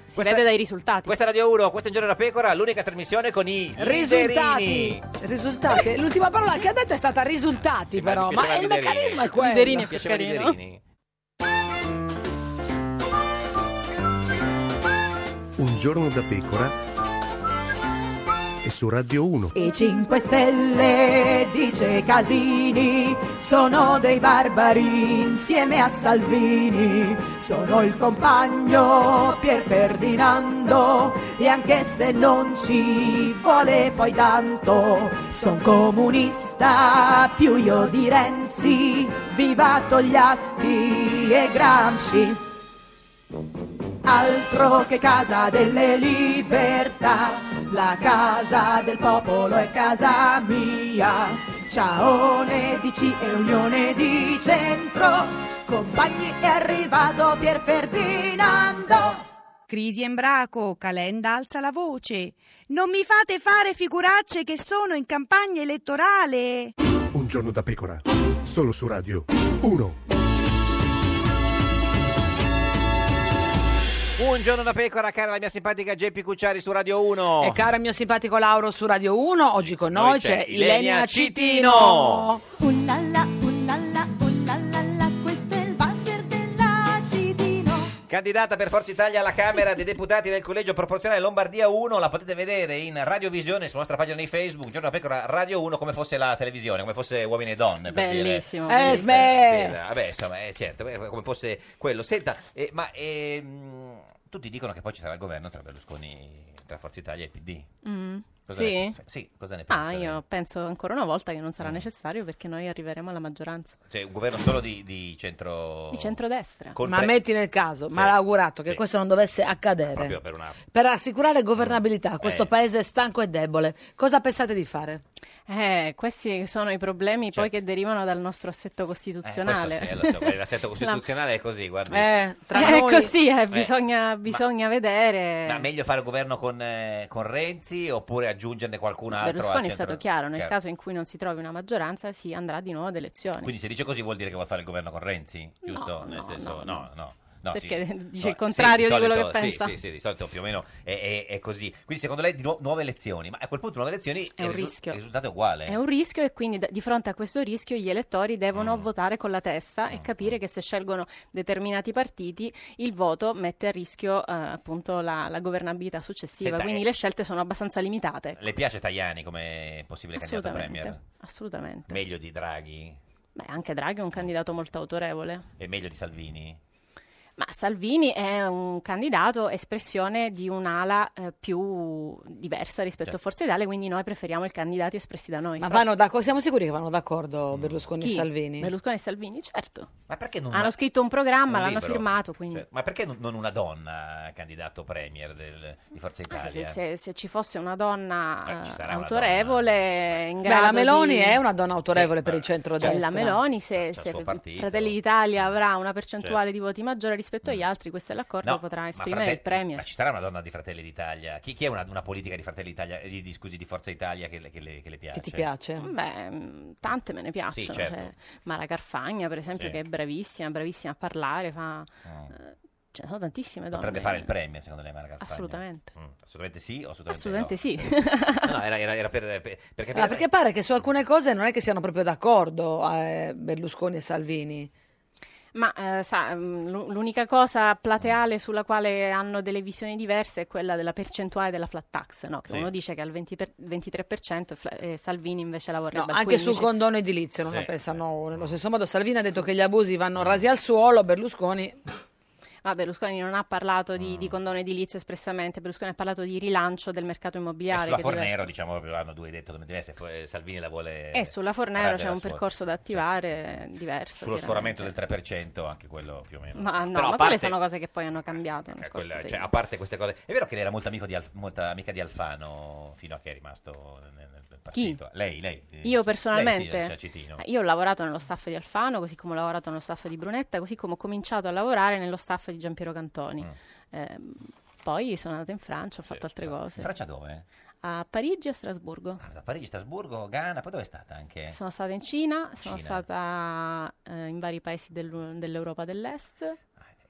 Si vede dai risultati. Questa è Radio uno, questo è Un Giorno da Pecora, l'unica trasmissione con i Risultati. liderini. Risultati. L'ultima parola che ha detto è stata risultati, però. mi Ma piaceva il Liderini. meccanismo è quello. Liderini è più Piaceva carino. Liderini. Un giorno da pecora e su Radio uno. I cinque Stelle, dice Casini, sono dei barbari insieme a Salvini. Sono il compagno Pier Ferdinando e anche se non ci vuole poi tanto, son comunista più io di Renzi. Viva Togliatti e Gramsci. Altro che casa delle libertà, la casa del popolo è casa mia. Ciaone di C e Unione di Centro, compagni è arrivato Pier Ferdinando. Crisi Embraco, Calenda alza la voce. Non mi fate fare figuracce che sono in campagna elettorale. Un giorno da pecora, solo su Radio uno. Un Giorno da Pecora, cara la mia simpatica Geppi Cucciari su Radio uno. E caro il mio simpatico Lauro su Radio uno, oggi con noi, Noi c'è c'è Ilenia Ilenia Citino. Ullala, ullala, ullala, questo è il valzer della Citino. Candidata per Forza Italia alla Camera dei Deputati nel collegio proporzionale Lombardia uno, la potete vedere in radiovisione sulla nostra pagina di Facebook, Giorno da Pecora Radio uno, come fosse la televisione, come fosse Uomini e Donne. Per Bellissimo. Dire. Eh, sme. Per- Vabbè, insomma, eh, certo, eh, come fosse quello. Senta, eh, ma ehm, tutti dicono che poi ci sarà il governo tra Berlusconi, tra Forza Italia e il P D. Mm. Cosa Sì? ne pensa? Sì, cosa ne pensa? Ah, io penso ancora una volta che non sarà Mm. necessario perché noi arriveremo alla maggioranza. Cioè, un governo solo di, di centro... Di centrodestra. Col Ma pre- metti nel caso, Sì. malaugurato, che Sì. questo non dovesse accadere. Proprio per una... Per assicurare governabilità a questo Eh. paese stanco e debole, cosa pensate di fare? Eh, questi sono i problemi poi che derivano dal nostro assetto Eh, costituzionale. questo sì, lo so, l'assetto costituzionale è così, guardi. Eh, tra Eh, noi... così, eh, bisogna, bisogna vedere. Ma meglio fare un governo con, eh, con Renzi oppure aggiungerne qualcun altro? Berlusconi al è centro- stato chiaro, nel Chiaro. caso in cui non si trovi una maggioranza si andrà di nuovo ad elezioni. Quindi se dice così vuol dire che vuole fare il governo con Renzi? Giusto? No, Nel no, senso, no, no, no. no, Perché sì. dice No, il contrario sì, di quello solito- che pensa. Sì, sì, sì, di solito più o meno è, è- è così. Quindi secondo lei di nu- nuove elezioni, ma a quel punto nuove elezioni È un il risu- rischio. il risultato è uguale. È un rischio e quindi da- di fronte a questo rischio gli elettori devono Mm. votare con la testa e capire che se scelgono determinati partiti il voto mette a rischio eh, appunto la, la governabilità successiva, Senta, quindi eh, le scelte sono abbastanza limitate. Le piace Tajani come possibile candidato Assolutamente, premier? assolutamente. Meglio di Draghi? Beh, anche Draghi è un candidato molto autorevole. E meglio di Salvini? Ma Salvini è un candidato espressione di un'ala eh, più diversa rispetto Certo. a Forza Italia, quindi noi preferiamo i candidati espressi da noi. Ma vanno d'accordo, siamo sicuri che vanno d'accordo Berlusconi Chi? e Salvini? Berlusconi e Salvini, certo. Ma perché non Hanno una- scritto un programma, un l'hanno libro? firmato, quindi... Cioè, ma perché non non una donna candidato premier del- di Forza Eh, se, Italia? se- se ci fosse una donna Eh, ci eh, sarà una autorevole in Beh, grado la Meloni di... è una donna autorevole Sì, per ma- il centrodestra. Cioè, la Meloni, se, C'ha il se suo partito. Fratelli d'Italia avrà una percentuale di voti maggiore rispetto agli altri, questo è l'accordo, No, potrà ma esprimere frate- il premier. Ma ci sarà una donna di Fratelli d'Italia? Chi, chi è una, una politica di Fratelli d'Italia, eh, di, di, scusi, di Forza Italia che, le- che le, che le piace? Che ti piace? Beh, mh, tante me ne piacciono. Sì, certo. Cioè, Mara Carfagna, per esempio, Sì. che è bravissima, bravissima a parlare, fa... Mm. eh, ce ne sono tantissime donne. Potrebbe fare il premier, secondo lei, Mara Carfagna? Assolutamente. Mm, assolutamente sì o assolutamente, Assolutamente no? sì. No, no, era, era- era per, per, per capire... Ah, perché pare che su alcune cose non è che siano proprio d'accordo eh, Berlusconi e Salvini. Ma eh, sa, mh, l'u- l'unica cosa plateale sulla quale hanno delle visioni diverse è quella della percentuale della flat tax, no? Che Sì. uno dice che al venti per- ventitré per cento e Fla- e Salvini invece la vorrebbe No, al anche quindici per cento. sul condono edilizio non Sì, la pensano nello stesso modo. Salvini ha detto che gli abusi vanno rasi al suolo, Berlusconi... Ma Berlusconi non ha parlato di, Mm. di condono edilizio espressamente, Berlusconi ha parlato di rilancio del mercato E immobiliare. sulla che è Fornero, diverso. diciamo, proprio hanno due detto come diverse. Fo- eh, Salvini la vuole... E sulla Fornero Rabbia c'è la un sua. percorso da attivare diverso. Sullo chiaramente. sforamento del tre per cento, anche quello più o meno. Ma no, Però, ma a quelle parte- sono cose che poi hanno cambiato nel Eh, corso quella- dei- cioè, a parte queste cose, è vero che lei era molto, amico di Alf- molta amica di Alfano fino a che è rimasto nel, nel partito? Lei, lei? eh, Io sì. personalmente, Lei sì, Citino. eh, io ho lavorato nello staff di Alfano, così come ho lavorato nello staff di Brunetta, così come ho cominciato a lavorare nello staff di Giampiero Cantoni. Mm. Ehm, poi sono andata in Francia, ho fatto altre cose. In Francia dove? A Parigi e a Strasburgo. A Parigi, Strasburgo, Ghana, poi dove è stata anche? Sono stata in Cina, sono Cina. stata eh, in vari paesi dell'U- dell'Europa dell'Est.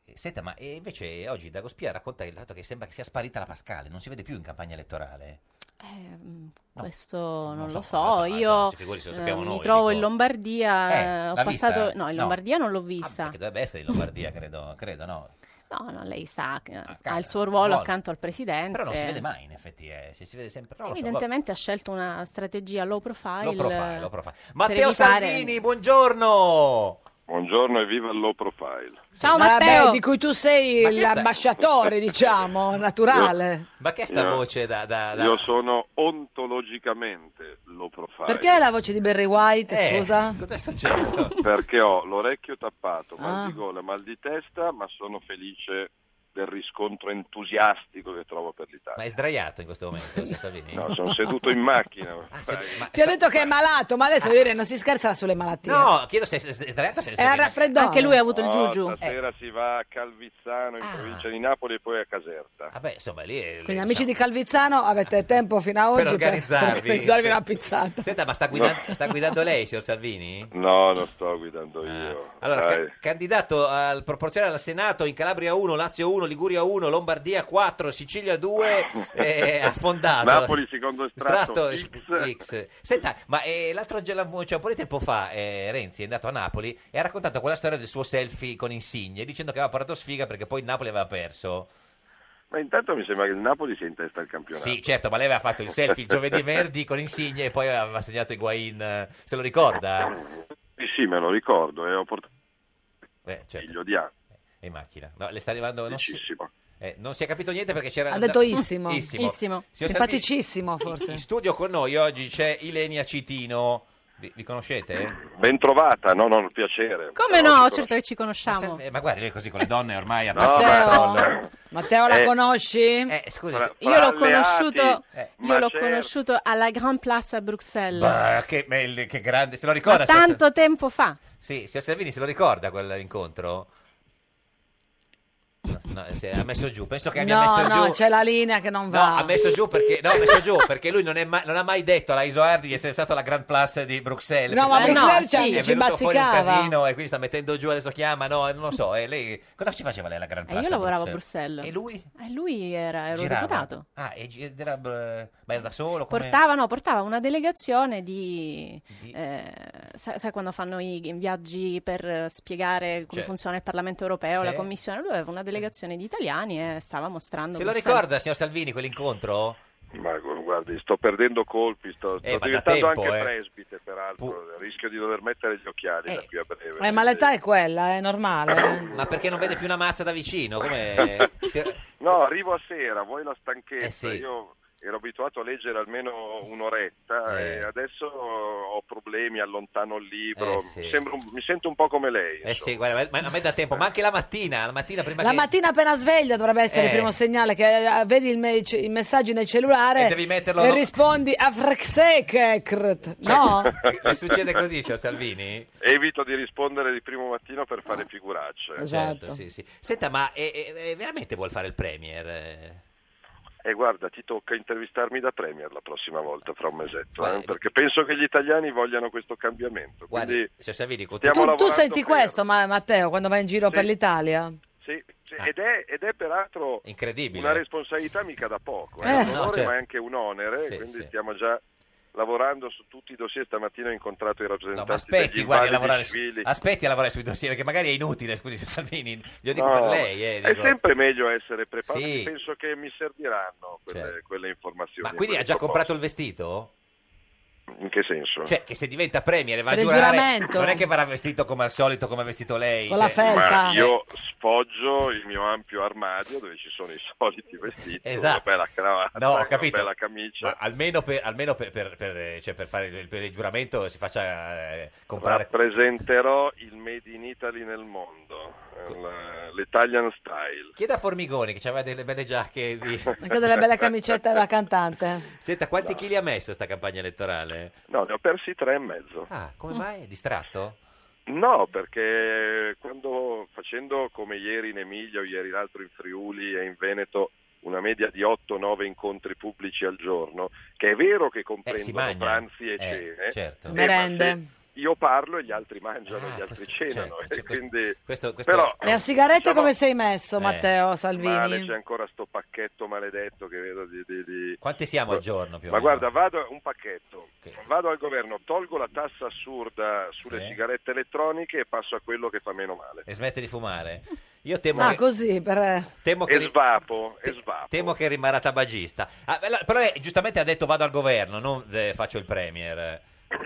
Senta, ma e invece oggi Dagospia racconta il fatto che sembra che sia sparita la Pascale, non si vede più in campagna elettorale. Eh, mh, questo non non lo so, so, non lo so, io non si figuri se lo eh, sappiamo mi noi, trovo dico. in Lombardia, Eh, eh, ho l'ha passato... vista? No, in No. Lombardia non l'ho Ah, vista. perché dovrebbe essere in Lombardia, credo, credo no. No, no, lei sa, che ha cara, il suo ruolo ruolo. accanto al presidente. Però non si vede mai, in effetti, eh, si, si vede sempre... non lo so, Evidentemente ha scelto una strategia low profile. Low profile, low profile. per Matteo evitare- Salvini, buongiorno! Buongiorno e viva il low profile. Ciao Matteo! di cui tu sei Ma che sta- l'ambasciatore, diciamo, naturale. Ma che è sta Io- voce da... da, da... Io sono ontologicamente low profile. Perché è la voce di Barry White, Eh, scusa? Cos'è successo? Perché ho l'orecchio tappato, mal Ah. di gola, mal di testa, ma sono felice del riscontro entusiastico che trovo per l'Italia. Ma è sdraiato in questo momento, signor Salvini? No, sono seduto in macchina. Ah, se- ma- Ti ha detto che è malato, ma adesso voglio dire, non si scherza sulle malattie. No, chiedo se è s- sdraiato se È al raffreddore. Anche lui ha avuto il No, giugiu. Stasera si va a Calvizzano, in provincia di Napoli, e poi a Caserta. Vabbè, insomma, lì è... Quindi amici di Calvizzano avete tempo fino a oggi Per organizzarvi. organizzarvi una pizzata. Senta, ma sta guidando, sta guidando lei, signor Salvini? No, non sto guidando io. Allora, Dai. ca- candidato al proporzionale al Senato in Calabria uno, Lazio uno, Liguria uno, Lombardia quattro, Sicilia due, eh, affondato. Napoli secondo estratto X. X. Senta, ma eh, l'altro giorno, cioè un po' di tempo fa, eh, Renzi è andato a Napoli e ha raccontato quella storia del suo selfie con Insigne, dicendo che aveva portato sfiga perché poi il Napoli aveva perso. Ma intanto mi sembra che il Napoli sia in testa al campionato. Sì, certo, ma lei aveva fatto il selfie il giovedì venerdì con Insigne e poi aveva segnato Higuain, eh, se lo ricorda? Sì, sì, me lo ricordo, e ho portato Eh, certo. figlio di anno. È in macchina. No, le sta arrivando... Non si, Felicissimo. eh, non si è capito niente perché c'era... Ha detto issimo. Issimo. Issimo. Signor Simpaticissimo, Salvini, forse. in studio con noi oggi c'è Ilenia Citino. Vi, vi conoscete? Ben trovata, no, no, piacere. Come Però no, ci certo che ci conosciamo. Eh, ma guardi, lei così con le donne ormai... ha No, perso il Matteo, controllo. Matteo la Eh, conosci? Eh, scusi, Fra- se- Io fra l'ho alleati, conosciuto, eh, io ma l'ho certo. conosciuto alla Grand Place a Bruxelles. Bah, che, ma il- che grande, se lo Ma ricorda? signor tanto tempo fa. Sal- Sì, signor Salvini, se lo ricorda quell'incontro? No, no, se ha messo giù, penso che abbia No, messo no, giù... c'è la linea che non No, va. ha messo giù perché no, ha messo giù perché lui non, è mai- non ha mai detto alla Isoardi di essere stato alla Grand Place di Bruxelles. No, ma perché Eh, no, Bruxelles sì. ci- è ci venuto fuori un bazzicava. casino e quindi sta mettendo giù, adesso chiama, no, non lo so. E lei cosa ci faceva lei alla Grand E Place? io lavoravo a Bruxelles? Bruxelles. E lui? E lui era ero Girava? deputato. Ah, e gi- era, eh, ma era da solo? Come... Portava, no, portava una delegazione di... Di- eh, sai, sai quando fanno i, i viaggi per eh, spiegare come Cioè, funziona il Parlamento Europeo, sì. la Commissione? Lui aveva una delegazione di italiani e stava mostrando... Se lo Bruxelles. ricorda, signor Salvini, quell'incontro? Ma guardi, sto perdendo colpi, sto, Eh, sto ma da diventando tempo, anche eh. presbite, peraltro. Rischio di dover mettere gli occhiali da qui a breve. Eh, ma l'età è quella, è normale. eh. Ma perché non vede più una mazza da vicino? Come... si- No, arrivo a sera, vuoi la stanchezza? Eh, sì. Io ero abituato a leggere almeno un'oretta Eh. e adesso ho problemi, allontano il libro. Eh, sì. Sembro un- mi sento un po' come lei. Eh sì, guarda, ma a me da tempo, ma anche la mattina, la mattina prima La che... mattina appena sveglia dovrebbe essere Eh. il primo segnale che eh, vedi il me- i messaggi nel cellulare E devi metterlo- e rispondi a Frexekekrt. No? Le succede così, signor Salvini? Evito di rispondere di primo mattino per fare figuracce. Esatto. Certo, sì, sì. Senta, ma eh, eh, eh, veramente vuol fare il Premier? Eh? E guarda, ti tocca intervistarmi da Premier la prossima volta, fra un mesetto, Guarda, eh, perché penso che gli italiani vogliano questo cambiamento. Guardi, Quindi signor Salvini, con stiamo Tu, tu lavorando senti per- questo, ma- Matteo, quando vai in giro Sì. per l'Italia? Sì, sì, Ah. ed, è, ed è peraltro incredibile. una responsabilità mica da poco, è Eh. un onore No, certo. ma è anche un onere, Sì, quindi sì. stiamo già lavorando su tutti i dossier. Stamattina ho incontrato i No, rappresentanti ma aspetti, degli guardi, a invalidi lavorare su- civili. aspetti a lavorare sui dossier, perché magari è inutile, scusi, signor Salvini, glielo dico No, per lei. Eh, è dico. sempre meglio essere preparati, Sì. penso che mi serviranno quelle, Certo. quelle informazioni. Ma quindi ha quelle già comprato il proposte. vestito? In che senso? Cioè, che se diventa Premier e va a Per il giurare, giuramento. non è che varrà vestito come al solito, come ha vestito lei. Con la cioè- felpa. Ma io sfoggio il mio ampio armadio dove ci sono i soliti vestiti, Esatto. una bella cravatta, No, ho una capito. bella camicia. Ma almeno per, almeno per, per- per- cioè per fare il, per il giuramento si faccia eh, comprare... Rappresenterò il Made in Italy nel mondo, eh, la- l'Italian style. Chieda a Formigoni che aveva delle belle giacche di... Anche delle belle camicette da cantante. Senta, quanti chili ha messo sta campagna elettorale? No, ne ho persi tre e mezzo. Ah, come mai? È distratto? No, perché quando facendo come ieri in Emilia o ieri l'altro in Friuli e in Veneto una media di otto nove incontri pubblici al giorno, che è vero che Eh, si comprendono mangia. pranzi e Eh, cene, certo. eh, Merende. ma se io parlo e gli altri mangiano, Ah, gli altri questo- cenano. certo, e quindi, questo- questo- però, E a sigarette diciamo, come sei messo, Eh. Matteo Salvini? male, c'è ancora sto pacchetto maledetto che vedo di... di, di- Quanti siamo al giorno più o Ma meno? guarda, vado un pacchetto, vado al governo, tolgo la tassa assurda sulle Sì. sigarette elettroniche e passo a quello che fa meno male. E smette di fumare? Io temo Ah, che... così, per... Temo che, E ri- svapo, e svapo. temo che rimarrà tabagista. Ah, però però lei giustamente ha detto vado al governo, non eh, faccio il premier.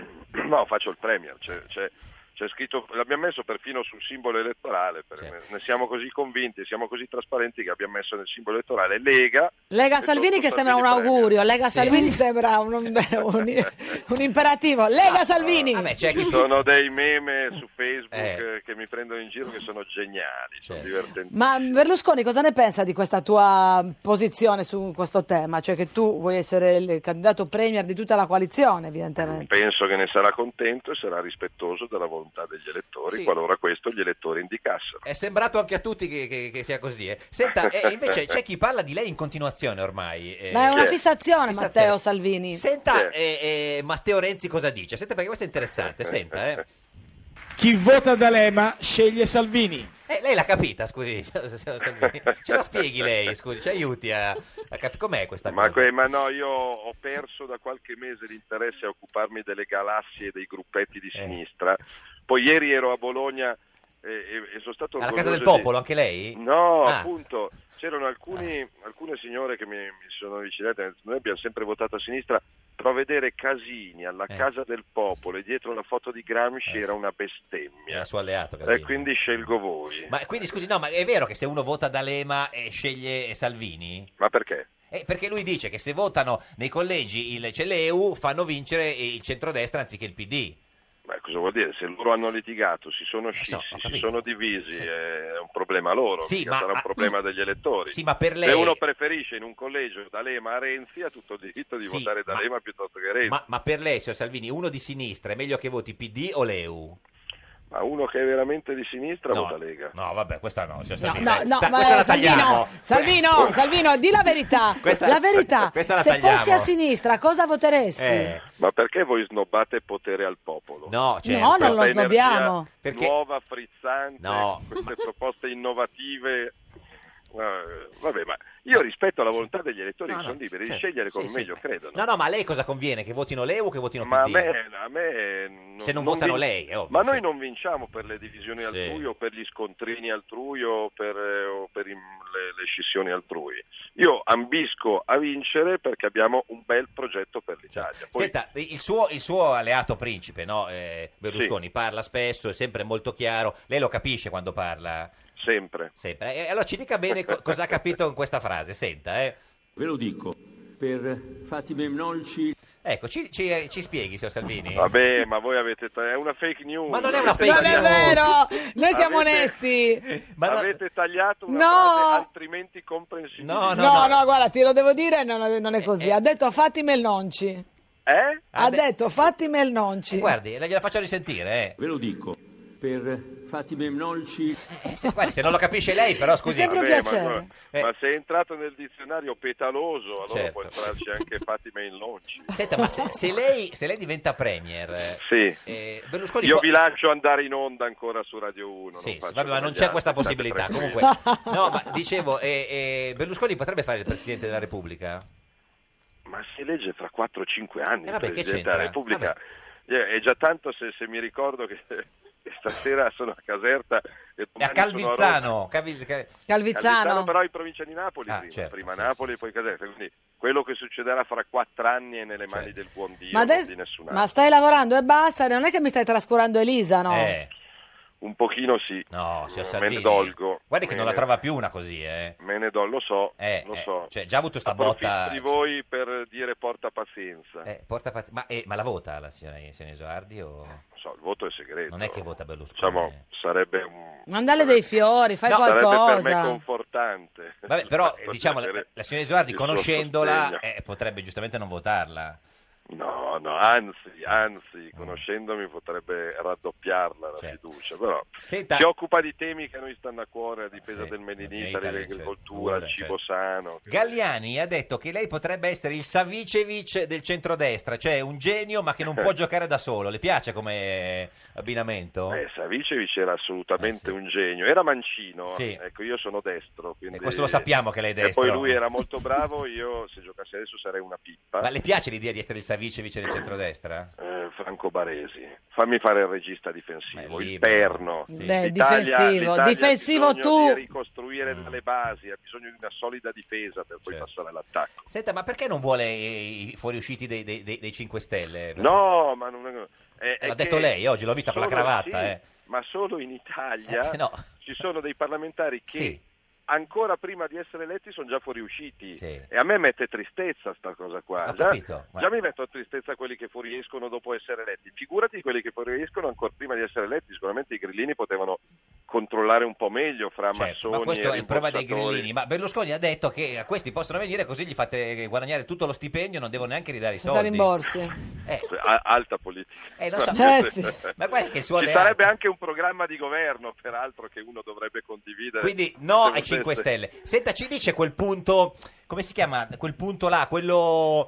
No, faccio il premier, c'è, c'è- c'è scritto, l'abbiamo messo perfino sul simbolo elettorale, perché ne, ne siamo così convinti, siamo così trasparenti che abbiamo messo nel simbolo elettorale Lega. Lega e Salvini sotto che sembra un Salvini augurio, Lega Sì. Salvini sembra un, un- un- un imperativo. Lega Salvini! Vabbè, c'è chi... Ci sono dei meme su Facebook Eh. eh, che mi prendono in giro che sono geniali, sono divertenti. Ma Berlusconi cosa ne pensa di questa tua posizione su questo tema? Cioè che tu vuoi essere il candidato premier di tutta la coalizione, evidentemente. Penso che ne sarà contento e sarà rispettoso della volontà degli elettori, Sì. qualora questo gli elettori indicassero. È sembrato anche a tutti che, che- che sia così. eh. Senta, e invece c'è chi parla di lei in continuazione ormai. eh. Ma è una Chi è? fissazione, Fissazione. Matteo Salvini. Senta eh, eh, Matteo Renzi cosa dice. Senta perché questo è interessante. Senta, eh. Chi vota D'Alema sceglie Salvini. Eh, lei l'ha capita, scusi, Salvini. Ce la spieghi lei, scusi, ci aiuti a, a capire com'è questa cosa. Ma, que- ma no, io ho perso da qualche mese l'interesse a occuparmi delle galassie e dei gruppetti di Eh. sinistra. Poi ieri ero a Bologna e, e- e sono stato Alla orgoglioso Casa del di- Popolo, anche lei? No, Ah. appunto, c'erano alcuni, alcune signore che mi, mi sono avvicinate, noi abbiamo sempre votato a sinistra, però vedere Casini alla Eh. Casa del Popolo e dietro la foto di Gramsci era una bestemmia. Era suo alleato. E Casini. quindi scelgo voi. Ma quindi scusi, no, ma è vero che se uno vota D'Alema e sceglie Salvini? Ma perché? Eh, perché lui dice che se votano nei collegi il c'è l'E U fanno vincere il centrodestra anziché il P D. Ma cosa vuol dire? Se loro hanno litigato, si sono scissi, so, ho si capito. sono divisi, è un problema loro, Sì, mica ma- sarà un ma- problema degli elettori. Sì, ma per Se lei- uno preferisce in un collegio D'Alema a Renzi, ha tutto il diritto di Sì, votare ma- D'Alema piuttosto che Renzi. Ma, ma per lei, signor Salvini, uno di sinistra è meglio che voti P D o l'E U? Ma uno che è veramente di sinistra No, vota Lega. No, vabbè, questa no, signor No, Salvini. no, dai. no, Da- ma questa la Salvino, tagliamo. Salvino, Salvino, di la verità, Questa- la verità. questa la Se tagliamo. fossi a sinistra, cosa voteresti? Eh, Ma perché voi snobbate potere al popolo? no, certo. No, non lo Questa energia snobbiamo. Perché- nuova, frizzante, No. queste proposte innovative. Eh, vabbè, ma io rispetto la volontà degli elettori No, che no, sono liberi certo, di scegliere sì, come sì. meglio credono. No, no, ma a lei cosa conviene? Che votino l'E U o che votino Ma a P D? me, a me non- Se non votano vin- lei, è ovvio, Ma noi sì. non vinciamo per le divisioni altrui o per gli scontrini altrui o per, eh, o per i- le, le scissioni altrui. Io ambisco a vincere perché abbiamo un bel progetto per l'Italia. Poi, Senta, il suo, il suo alleato principe, no? eh, Berlusconi, parla spesso, è sempre molto chiaro. Lei lo capisce quando parla? sempre. Sempre. E allora ci dica bene co- cosa ha capito in questa frase. Senta, eh. Ve lo dico, per fatti memnonici... Ecco, ci, ci- ci spieghi, signor Salvini. Vabbè, ma voi avete... È una fake news. Ma non è una Avete fake Non è tagliato- vero, noi siamo Avete- onesti. Ma no- Avete tagliato una No! frase altrimenti comprensibile. No, No, no, guarda, ti lo devo dire, non è, non è così. Ha detto fatti melnonci. Eh? Ha detto fatti melnonci. Guardi, la- gliela faccio risentire, eh. Ve lo dico, per fatti memnonici... Se, guardi, se non lo capisce lei, però scusi. sempre un Vabbè, piacere. Ma, Eh. ma se è entrato nel dizionario petaloso, allora Certo. può entrarci anche Fatima in lonci. Senta, ma se, se lei, se lei diventa premier, eh, Sì. eh, Berlusconi Io può- vi lascio andare in onda ancora su Radio uno. Sì, non sì, faccio vabbè, ma non sbagliare, c'è questa state possibilità. tranquilli. Comunque, no, ma dicevo, eh, eh, Berlusconi potrebbe fare il Presidente della Repubblica? Ma si elegge fra quattro o cinque anni Eh, il vabbè, che Presidente c'entra? della Repubblica. Eh, È già tanto se, se mi ricordo che, che stasera sono a Caserta e È a domani sono a Calvizzano. Roma. Cavi- ca- Calvizzano. però in provincia di Napoli Ah, prima, certo, prima sì, Napoli sì, e poi Caserta. Quindi quello che succederà fra quattro anni è nelle mani del buon Dio, Ma, non adesso- di nessun ma altro. stai lavorando e basta, non è che mi stai trascurando Elisa, no? Eh, Un pochino sì. no, signor Me Salvini. ne dolgo. Guardi che Me non la ne- trova più una così, eh. Me ne do, lo so, Eh, lo eh, so. cioè, già ha avuto sta Approfitto botta. di voi per dire porta pazienza. Eh, porta paz- ma, eh, ma la vota la signora, signora Isoardi? O... Non so, il voto è segreto. Non è che vota Berlusconi. Diciamo, sarebbe un... Mandale dei fiori, fai No, sarebbe per me qualcosa. confortante. Vabbè, però Poter diciamo, la, avere la signora Isoardi, il suo conoscendola, sostegno. eh, potrebbe giustamente non votarla. No, no, anzi, anzi, conoscendomi potrebbe raddoppiarla la fiducia, però Senta- si occupa di temi che a noi stanno a cuore, a difesa Sì, del Made in Italy, Italy, l'agricoltura, il cibo sano. Galliani ha detto che lei potrebbe essere il Savicevic del centrodestra, cioè un genio ma che non può giocare da solo. Le piace come abbinamento? Eh, Savicevic era assolutamente un genio, era mancino, Sì. ecco, io sono destro, quindi... E questo lo sappiamo che lei è E destro. poi lui era molto bravo, io se giocassi adesso sarei una pippa. Ma le piace l'idea di essere il Savicevic del centrodestra? Eh, Franco Baresi, fammi fare il regista difensivo, il libero. perno. Sì. Beh, L'Italia- difensivo, l'Italia difensivo ha bisogno tu. di ricostruire dalle basi, ha bisogno di una solida difesa per poi passare all'attacco. Senta, ma perché non vuole i i fuoriusciti dei, dei, dei, dei cinque Stelle? No, ma non è, è L'ha che detto lei oggi, l'ho vista con la solo- cravatta. sì, eh. ma solo in Italia Eh, no. ci sono dei parlamentari che Sì. ancora prima di essere eletti sono già fuoriusciti, Sì. e a me mette tristezza sta cosa qua. Ho Già, capito, ma- già mi metto a tristezza quelli che fuoriescono dopo essere eletti, figurati quelli che fuoriescono ancora prima di essere eletti. Sicuramente i grillini potevano controllare un po' meglio fra Certo, massoni ma questo e è il problema dei rimborsatori. grillini. Ma Berlusconi ha detto che a questi possono venire così gli fate guadagnare tutto lo stipendio, non devono neanche ridare i Senza soldi. rimborsi. A- alta politica. Eh, non so. Eh, sì. Ma guarda che il suo Ci alleato- sarebbe anche un programma di governo, peraltro, che uno dovrebbe condividere. Quindi no Se ai cinque potesse. Stelle. Senta, ci dice quel punto, come si chiama? Quel punto là, quello,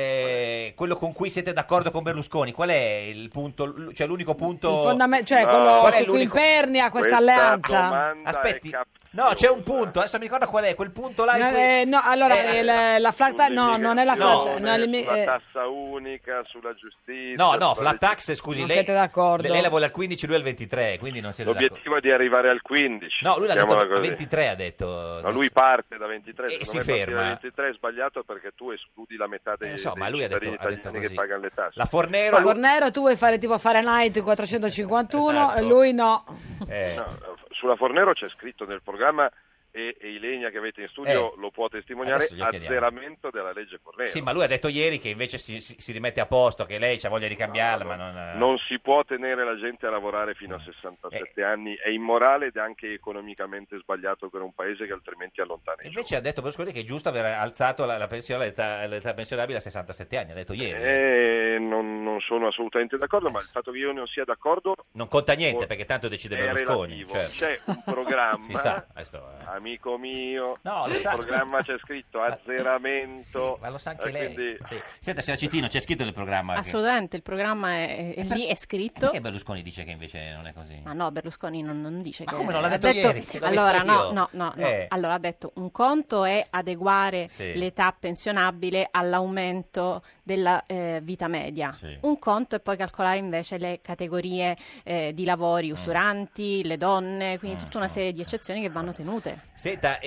eh, quello con cui siete d'accordo con Berlusconi. Qual è il punto, cioè l'unico punto... Il fondamento, cioè No. quello Qual è su cui l'unico- impernia questa Questa alleanza. domanda Aspetti, è cap- no, c'è un punto, adesso mi ricordo qual è, quel punto là in No, cui... eh, no, allora Eh, il- la flat tax, no, non è la No, flat no, l'immi- sulla eh, tassa unica, sulla giustizia. No, no, sulla flat tax, scusi, Non lei, siete d'accordo? lei la vuole al quindici, lui al ventitré, quindi non siete d'accordo. L'obiettivo è di arrivare al quindici. No, lui l'ha detto mettiamola a così. ventitré, ha detto. No, lui parte da ventitré, E secondo si me partire ferma. da ventitré è sbagliato perché tu escludi la metà dei, Eh, so, dei ma lui ha detto- cittadini ha detto italiani così. che pagano le tasse. La Fornero... Fornero, tu vuoi fare tipo Fahrenheit quattrocentocinquantuno, Esatto. lui no. Eh. No, sulla Fornero c'è scritto nel programma, e, e Ilenia che avete in studio Eh. lo può testimoniare, Adesso glielo chiediamo. azzeramento della legge Fornero. Sì, ma lui ha detto ieri che invece si, si- si rimette a posto, che lei c'ha voglia di cambiarla, ma non... Non si può tenere la gente a lavorare fino a sessantasette anni, è immorale ed è anche economicamente sbagliato per un paese che altrimenti allontana i Invece ha detto Berlusconi che è giusto aver alzato la, la pensione, l'età, l'età pensionabile a sessantasette anni, ha detto ieri. Eh, non, non sono assolutamente d'accordo, ma il fatto che io non sia d'accordo Non conta niente, perché tanto decide è Berlusconi. relativo. certo. C'è un programma, Si sa, questo, eh. amico mio, No, lo nel sa. programma c'è scritto azzeramento. Ma lo sa anche eh, lei. quindi- Sì. Senta, signora Citino, c'è scritto nel programma che- Assolutamente, il programma è, è lì, è scritto. Perché Berlusconi dice che invece non è così? Ma no, Berlusconi non, non dice Ma che... come non l'ha ha detto ieri? Che l'ho Allora, visto no, io. no, no, no. Eh. Allora ha detto un conto è adeguare Sì. l'età pensionabile all'aumento della eh, vita media. Sì. Un conto è poi calcolare invece le categorie eh, di lavori usuranti, le donne, quindi tutta una serie di eccezioni che vanno tenute. Senta,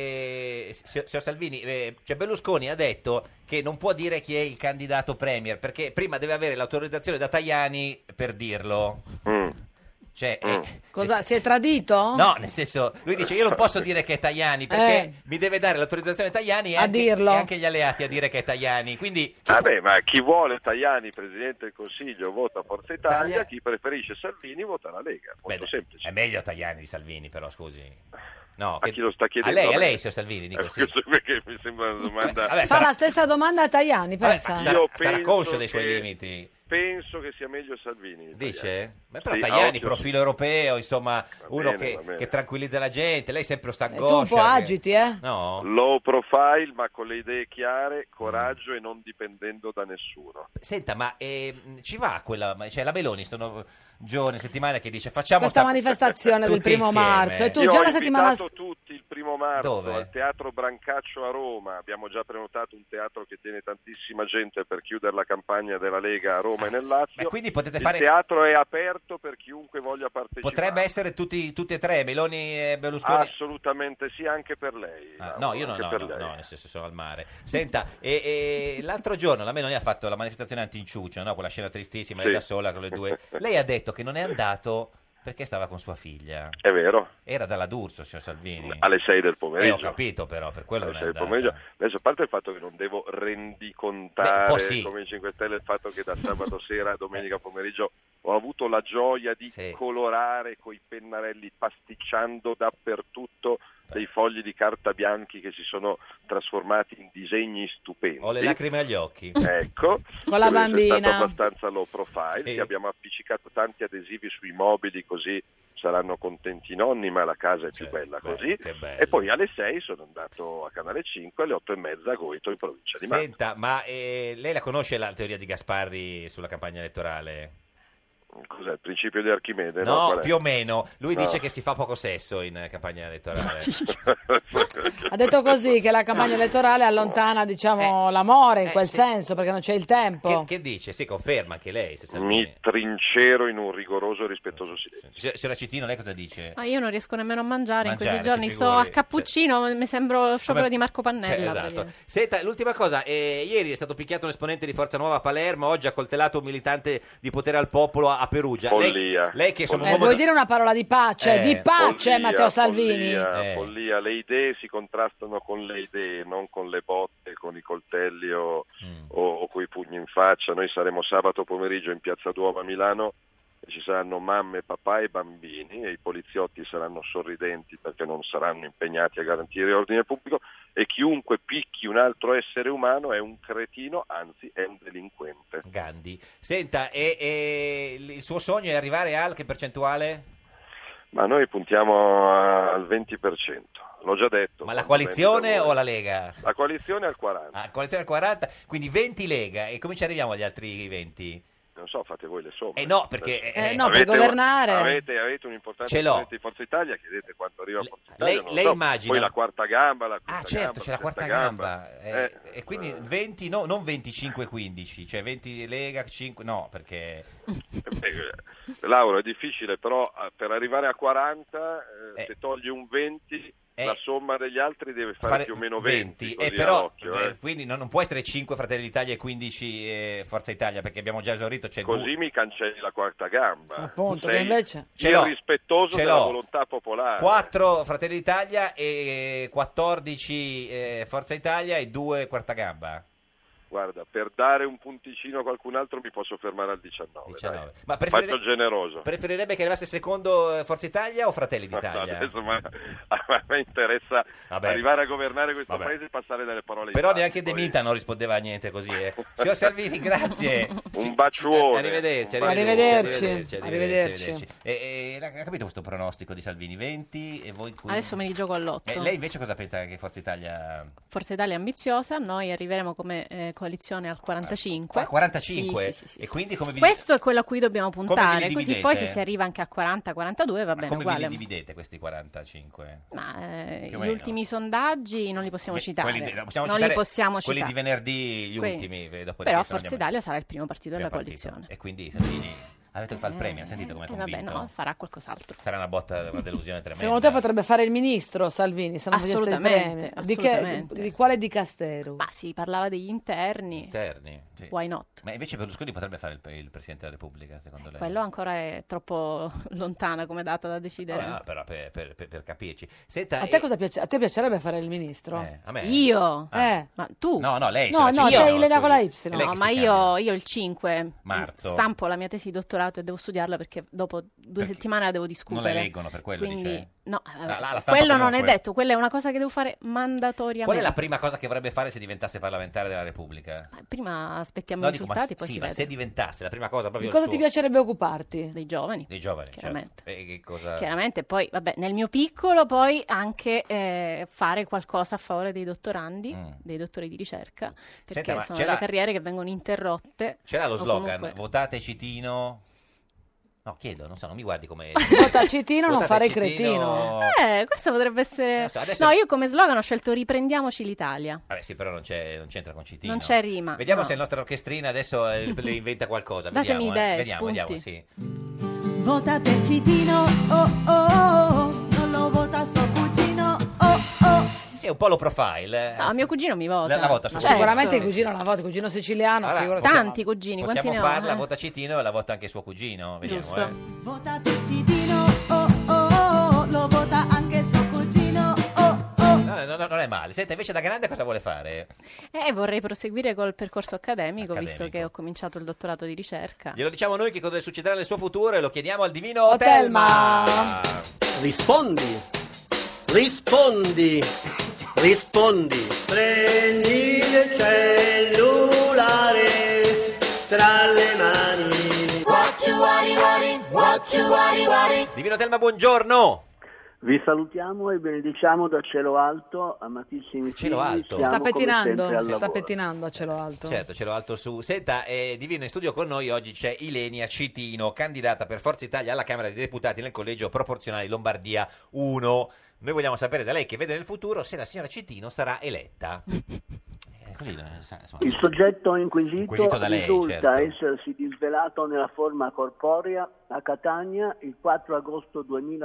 eh, signor signor Salvini, eh, cioè Berlusconi ha detto che non può dire chi è il candidato premier, perché prima deve avere l'autorizzazione da Tajani per dirlo. Cioè, eh, Cosa, si è tradito? no, nel senso, lui dice io non posso dire che è Tajani perché Eh. mi deve dare l'autorizzazione Tajani e A anche, dirlo. e anche gli alleati a dire che è Tajani. Quindi Vabbè, ma chi vuole Tajani Presidente del Consiglio vota Forza Italia, Italia. chi preferisce Salvini vota la Lega. Molto beh, semplice. è meglio Tajani di Salvini, però scusi. No, A chi lo sta chiedendo? A lei, a A me? lei, signor Salvini, dico Eh, sì. questo perché mi sembra una domanda. Vabbè, Fa sarà- la stessa domanda a Tajani, pensa. sarà, Io sarà penso conscio dei suoi che- limiti. Penso che sia meglio Salvini. Dice? Ma però Sì, a Tajani, occhio profilo europeo, insomma, uno bene, che, va bene. che tranquillizza la gente, lei sempre sta E tu un po' angoscia. che- agiti, eh? No? Low profile, ma con le idee chiare, coraggio e non dipendendo da nessuno. Senta, ma ehm, ci va quella... ma- Cioè, la Meloni sono giorni, settimane che dice facciamo... Questa sta- manifestazione del tutti primo insieme. marzo. E tu Io già ho la settimana invitato tutti il primo marzo Dove? al Teatro Brancaccio a Roma. Abbiamo già prenotato un teatro che tiene tantissima gente per chiudere la campagna della Lega a Roma e nel Lazio. Ma quindi potete il fare- teatro è aperto per chiunque voglia partecipare. Potrebbe essere tutti, tutti e tre, Meloni e Berlusconi? Assolutamente sì, anche per lei. Ah, Lauro, no, io no, anche no, per no, lei. no, nel senso sono al mare. Senta, e, e l'altro giorno la Meloni ha fatto la manifestazione anti-inciucio, no? Quella scena tristissima, lei Sì. da sola con le due. Lei ha detto che non è andato perché stava con sua figlia. È vero. Era dalla D'Urso, signor Salvini. Alle sei del Eh, pomeriggio. ho capito però, per quello Alle non è sei del andato. pomeriggio. Adesso, a parte il fatto che non devo rendicontare Beh, un po' sì. come i cinque Stelle il fatto che da sabato sera a domenica pomeriggio ho avuto la gioia di colorare coi pennarelli, pasticciando dappertutto dei fogli di carta bianchi che si sono trasformati in disegni stupendi. Ho le lacrime agli occhi. Ecco, Con la questo è bambina. stato abbastanza low profile, Sì. che abbiamo appiccicato tanti adesivi sui mobili, così saranno contenti i nonni, ma la casa è più bella così. che bello. E poi alle sei sono andato a Canale cinque, alle otto e mezza a Goito in provincia di Mantova. Senta, ma eh, lei la conosce la teoria di Gasparri sulla campagna elettorale? Cos'è, il principio di Archimede? No, No, Qual è? più o meno. Lui No. dice che si fa poco sesso in eh, campagna elettorale. Ha detto così che la campagna elettorale allontana, diciamo, l'amore in quel senso, perché non c'è il tempo. Che, che dice? Si conferma anche lei? Se Salvini. Mi trincero in un rigoroso e rispettoso silenzio. Si- Signora Citino, lei cosa dice? Ma io non riesco nemmeno a mangiare, Mangiare, in questi giorni, si sto figuri. a cappuccino, mi sembra lo sciopero Come- di Marco Pannella. Cioè, esatto. praticamente. Senta, l'ultima cosa, eh, ieri è stato picchiato un esponente di Forza Nuova a Palermo, oggi ha coltellato un militante di Potere al Popolo a, a Perugia. Lei, Follia. lei che sono un Eh, uomo vuoi da- dire una parola di pace? Eh, di pace, Follia, Matteo Salvini. Follia, Eh. follia. Le idee si contrastano con le idee, non con le botte, con i coltelli o, Mm. o, o coi pugni in faccia. Noi saremo sabato pomeriggio in Piazza Duomo a Milano e ci saranno mamme, papà e bambini e i poliziotti saranno sorridenti perché non saranno impegnati a garantire ordine pubblico e chiunque picchi un altro essere umano è un cretino, anzi è un delinquente. Gandhi. Senta, e, e il suo sogno è arrivare al che percentuale? Ma noi puntiamo a- al venti per cento, l'ho già detto. Ma la quando coalizione venite da voi. o la Lega? La coalizione al quaranta. Ah, coalizione al quaranta, quindi venti Lega. E come ci arriviamo agli altri venti? Non so, fate voi le somme. Eh no, perché... Eh, eh, no, per Avete- governare. Avete, avete un importante Ce l'ho. esponente di Forza Italia, chiedete quanto arriva a Forza Italia. lei- non lo lei so. immagina- Poi la quarta gamba, la quinta Ah certo, gamba, c'è la quarta sesta gamba, Eh, Eh, e quindi venti, no, non venticinque quindici, cioè venti Lega, cinque, no, perché... eh, Lauro, è difficile, però eh, per arrivare a quaranta, eh, Eh. se togli un venti, Eh. la somma degli altri deve fare, fare più o meno venti. e così a però occhio, eh, eh. quindi non, non può essere cinque Fratelli d'Italia e quindici eh, Forza Italia, perché abbiamo già esaurito, c'è Così mi cancelli la quarta gamba. Appunto, Sei che invece... Ce l'ho. irrispettoso Ce della l'ho. volontà popolare. quattro Fratelli d'Italia e quattordici eh, Forza Italia e due quarta gamba. Guarda, per dare un punticino a qualcun altro mi posso fermare al diciannove. diciannove. dai. Ma preferire- Faccio generoso. Preferirebbe che arrivasse secondo eh, Forza Italia o Fratelli No, d'Italia? adesso ma- a me interessa Vabbè. arrivare a governare questo Vabbè. paese e passare dalle parole Però ai fatti, neanche De poi- Mita non rispondeva a niente così. Eh. Signor Salvini, grazie. Un bacione. Arrivederci. Un Arrivederci. Arrivederci. Arrivederci. arrivederci. E, e, ha capito questo pronostico di Salvini? venti e voi quindici? Adesso me li gioco all'otto. Eh, lei invece cosa pensa che Forza Italia... Forza Italia è ambiziosa, noi arriveremo come eh, coalizione al quarantacinque. Al quarantacinque? Sì, sì, sì, sì, E sì. quindi come vi, Questo è quello a cui dobbiamo Come puntare, vi così dividete? poi se si arriva anche a quaranta quarantadue va ma bene, come vi li uguale. dividete questi quarantacinque? Ma eh, Più o gli meno. ultimi sondaggi non li possiamo Beh, citare. quelli di- possiamo non citare li possiamo quelli citare. di venerdì, gli Quelli- ultimi. eh, dopodiché Però se Forza andiamo- Italia sarà il primo partito della primo partito. coalizione. E quindi Salvini ha detto che fa il premio, ha sentito come è Eh, vabbè, convinto? no, farà qualcos'altro. Sarà una botta, una delusione tremenda. Secondo te potrebbe fare il ministro Salvini se non facesse il Assolutamente, premio? Di, che, assolutamente. di quale dicastero? Ma si parlava degli interni. Interni, sì. Why not? Ma invece Berlusconi potrebbe fare il, il Presidente della Repubblica, secondo lei? Quello ancora è troppo lontana come data da decidere. Ah, però per, per- per- per capirci. Senta, A te, e- cosa piace- a te piacerebbe fare il ministro? Eh, a me? Io? Eh. Ma tu? No, no, lei. No, signora no, Citino, sei Elena scusi. con la Y. È lei No, che ma si io, candida. io il cinque Marzo. stampo la mia tesi di dottorato e devo studiarla perché dopo due Perché settimane la devo Non discutere. la leggono per quello, Quindi, dice? no, eh, vabbè, La- la- la stampa quello non è comunque. detto, quella è una cosa che devo fare mandatoriamente. Qual è la prima cosa che vorrebbe fare se diventasse parlamentare della Repubblica? Prima aspettiamo No, i dico, ma risultati, s- poi sì, si ma vede. se diventasse la prima cosa Di proprio cosa il ti suo- piacerebbe occuparti? Dei giovani. dei giovani, Chiaramente. certo. E che cosa... Chiaramente, poi, vabbè, nel mio piccolo, poi anche eh, fare qualcosa a favore dei dottorandi, Mm. dei dottori di ricerca, perché Senta, ma sono ce delle l'ha- carriere che vengono interrotte. Ce l'ha lo o slogan? comunque- Votate Citino... No, chiedo, non so, non mi guardi come... Vota Citino, non Votate fare Citino- cretino. Eh, questo potrebbe essere... Non so, adesso- No, io come slogan ho scelto riprendiamoci l'Italia. Vabbè, sì, però non, c'è, non c'entra con Citino. Non c'è rima, Vediamo no. se la nostra orchestrina adesso eh, le inventa qualcosa. Datemi Vediamo, eh. idee, Vediamo, spunti. vediamo, sì. Vota per Citino, oh oh oh, non lo vota suo cugino, oh oh. Sì, è un po' low profile. eh. No, mio cugino mi vota. La- la vota Ma su- sicuramente il Certo. cugino la vota, il cugino siciliano. Allora, figurati. possiamo- Tanti cugini, Possiamo quanti ne ho? farla, eh? vota Citino e la vota anche suo cugino. Vediamo, Giusto. eh. Vota per Citino, oh oh oh, lo vota anche suo cugino, oh oh. No, no, no, non è male. Senta, invece da grande cosa vuole fare? Eh, vorrei proseguire col percorso accademico, Accademico. visto che ho cominciato il dottorato di ricerca. Glielo diciamo noi che cosa succederà nel suo futuro e lo chiediamo al divino Oh, Telma. Telma. Rispondi. Rispondi, rispondi. Prendi il cellulare tra le mani. Divino Telma, buongiorno. Vi salutiamo e benediciamo da cielo alto, amatissimi Cielo figli, alto. siamo Sta come pettinando, sempre al sta lavoro. pettinando a cielo alto. Certo, ce l'ho alto su. Senta, eh, Divino, in studio con noi oggi c'è Ilenia Citino, candidata per Forza Italia alla Camera dei Deputati nel collegio proporzionale di Lombardia uno. Noi vogliamo sapere da lei, che vede nel futuro, se la signora Citino sarà eletta. Eh, così, insomma, Il soggetto inquisito, Inquisito da lei, risulta certo. essersi disvelato nella forma corporea a Catania il quattro agosto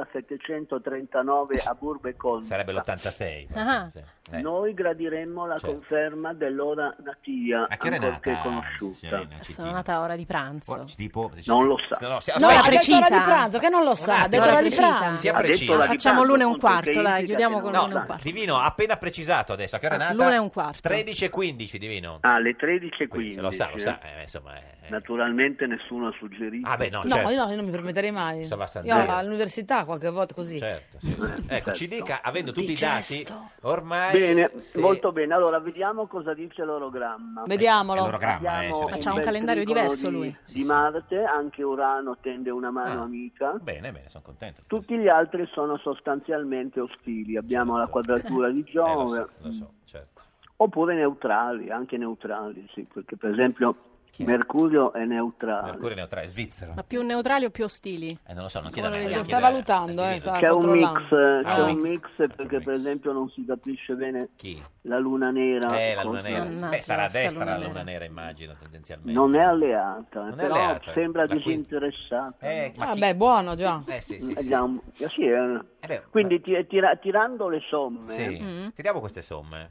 duemilasettecentotrentanove a Burbe Colm. sarebbe l'ottantasei. Ah. sì. Eh. Noi gradiremmo la Certo. conferma dell'ora natia, A che ora è ancorché nata, conosciuta. signorina Sono nata a ora di pranzo. Tipo, Non lo sa. No, si- No, aspetta, ha detto ora precisa. di pranzo, che non lo sa, ha detto Ora ora di precisa. pranzo. sia Ha detto preciso. ora di Facciamo pranzo, l'una e un appunto, quarto, che dai, indica chiudiamo che con non No, l'una e un no, quarto. Divino, ha appena precisato adesso. A che ora è nata? L'una e un quarto. tredici e quindici, Divino. Alle tredici e quindici. Lo sa, lo sa. eh, insomma, eh, eh. Naturalmente nessuno ha suggerito. Ah, beh, no, No, certo. io, no, io non mi permetterei mai. Questo va a Io Sant'Andrea. all'università qualche volta così. Certo, sì, sì. Ecco, certo. ci dica, avendo tutti i Di dati, gesto. ormai... Bene, se- molto bene. Allora, vediamo cosa dice l'orogramma. Vediamolo. È l'orogramma, eh, Abbiamo se ne- Facciamo un bel calendario trigono diverso, di, lui. di Marte, anche Urano tende una mano Ah. amica. Bene, bene, sono contento. Tutti gli altri sono sostanzialmente ostili. Abbiamo la quadratura di Eh, lo Giove, so, lo so, certo. oppure neutrali, anche neutrali, sì, perché per esempio Mercurio è neutrale. Mercurio neutrale, è svizzero. Ma più neutrali o più ostili? Eh, non lo so, non Come chiede a lo me. vediamo? Sta chiede a- valutando, a eh, Divino. sta C'è un mix, controllando. c'è Ah, un mix. mix perché per esempio non si capisce bene Chi? la luna nera. Eh, la luna cosa- nera. Mannaggia, Beh, starà a sta destra luna la nera. luna nera, immagino, tendenzialmente. Non è alleata, Non è però alleata, sembra da qui- disinteressata. Eh, ma Ah, chi- beh, buono già. Eh, sì, sì, Eh, sì. già un- eh, sì, eh. Eh, beh, Quindi ti- tira- tirando le somme Sì. Mm. Tiriamo queste somme.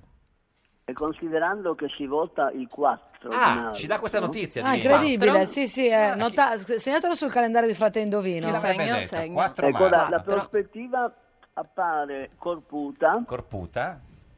e considerando che si vota il quattro di Ah, marzo, ci dà questa notizia, Ah, Divino. incredibile, Quattro? sì, sì, eh, nota- segnatelo sul calendario di Frate Indovino. Chi l'avrebbe Segno, detto? segno. quattro ecco, la, marzo. la prospettiva appare corputa, Corputa.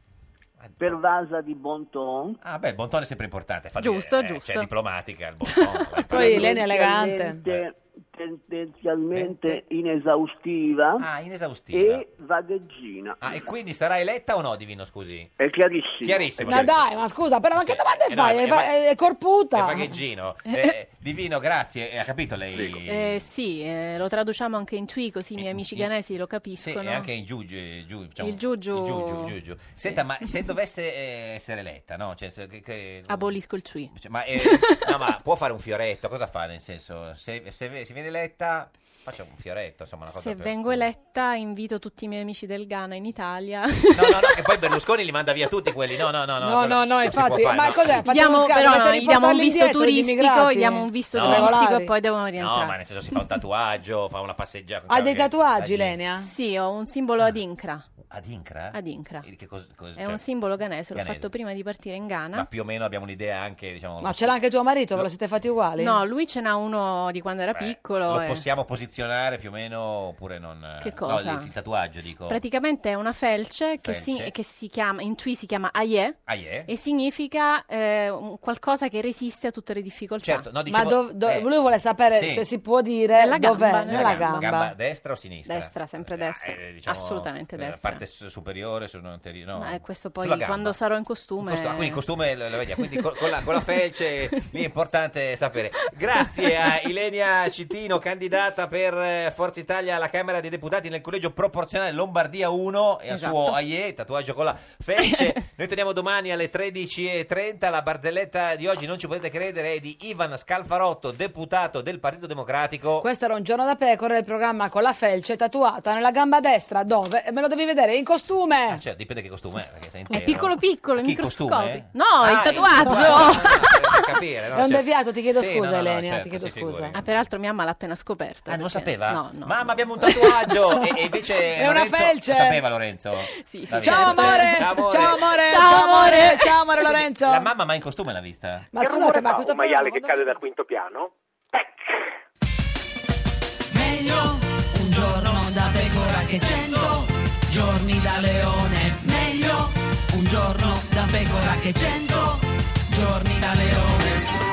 pervasa di bon ton, Ah, beh, il bon ton è sempre importante. fa Giusto, dire, eh, giusto. Cioè, diplomatica, il bon ton. vai, Poi lei è elegante. tendenzialmente- tendenzialmente inesaustiva Ah, inesaustiva. e vagheggina. Ah, e quindi sarà eletta o no, Divino, scusi? È chiarissimo. Chiarissimo. Ma dai, ma scusa, però ma Sì. che domande Eh, no, fai? è È, va- va- è corputa. È vagheggino. Eh, Divino, grazie. Eh, ha capito lei? Eh, sì, eh, lo traduciamo anche in Twi, così i miei amici ghanesi lo Sì, capiscono. e anche in giù, giù, giù, diciamo, Il giugiu. il giugiu, giugiu. Senta, ma se dovesse eh, essere eletta, no? Cioè, se- che- che- Abolisco il Twi. cioè, ma, eh, no, ma può fare un fioretto? Cosa fa? Nel senso, se, se, se viene eletta, faccia un fioretto, insomma, una cosa Se per- vengo eletta, invito tutti i miei amici del Ghana in Italia. No, no, no, che poi Berlusconi li manda via tutti quelli. No, no, no. No, quello no, no, non si infatti, può fare, ma no. cos'è? Fate Diamo, uno scambio, però, dovete no, gli diamo un riportarli visto indietro, gli turistico, immigrati. gli diamo un visto No. turistico e Regolari. poi devono No, rientrare. ma nel senso si fa un tatuaggio, fa una passeggiata. Hai dei tatuaggi, Lenia? Sì, ho un simbolo ad Incra. Ad Incra? Ad Incra. E che cos- cos- È cioè, un simbolo ghanese, l'ho ghanese. fatto prima di partire in Ghana. Ma più o meno abbiamo un'idea anche, diciamo... Ma ce l'ha anche tuo marito, ve lo siete fatti uguali? No, lui ce n'ha uno di quando era Beh, piccolo. Lo e- possiamo posizionare più o meno oppure non... Che No, cosa? il, il tatuaggio, dico. Praticamente è una felce, Che, si, Felce. che si chiama, in Twi si chiama Aye, Ah, yeah? e significa eh, un- qualcosa che resiste a tutte le difficoltà. Certo, no, Ma dicevo... dov- do- eh, lui vuole sapere sì. se si può dire Nella dov'è, gamba, nella gamba. gamba. destra o sinistra? Destra, sempre destra. Eh, diciamo, Assolutamente eh, destra. parte s- superiore, su anteriore, no. Ma è questo poi Sulla gamba. quando sarò in costume. Costu- ah, quindi il costume lo, lo vedi, quindi co- con, la, con la felce lì è importante sapere. Grazie a Ilenia Citino, candidata per eh, Forza Italia alla Camera dei Deputati nel collegio proporzionale Lombardia uno, e al Esatto. suo Aie, tatuaggio con la felce. Noi torniamo domani alle tredici e trenta. La barzelletta di oggi, non ci potete credere, è di Ivan Scalfarotto, deputato del Partito Democratico. Questo era Un giorno da pecora, il programma con la felce tatuata nella gamba destra, dove? E me lo devi vedere in costume. Cioè, dipende che costume è, perché sei È intero. piccolo piccolo, Chi, microscopico. costume? No, Ah, il tatuaggio. Ah, per capire, no? È un Cioè- deviato, ti chiedo Sì, scusa, no, no, no, Elenia, certo, ti chiedo si scusa. figuri. Ah, peraltro mia mamma l'ha appena scoperto. Ah, non lo perché- sapeva? No, no. Mamma, abbiamo un tatuaggio! e, e invece È una Lorenzo- felce! Lo sapeva Lorenzo? Sì, sì, Va bene. Ciao amore, Ciao amore! ciao amore, Ciao, ciao amore, amore. ciao amore Lorenzo. La mamma mai in costume l'ha vista? Ma scusate, ma questo un maiale programma che cade dal quinto piano? Meglio un giorno da pecora che cento giorni da leone. Meglio un giorno da pecora che cento giorni da leone.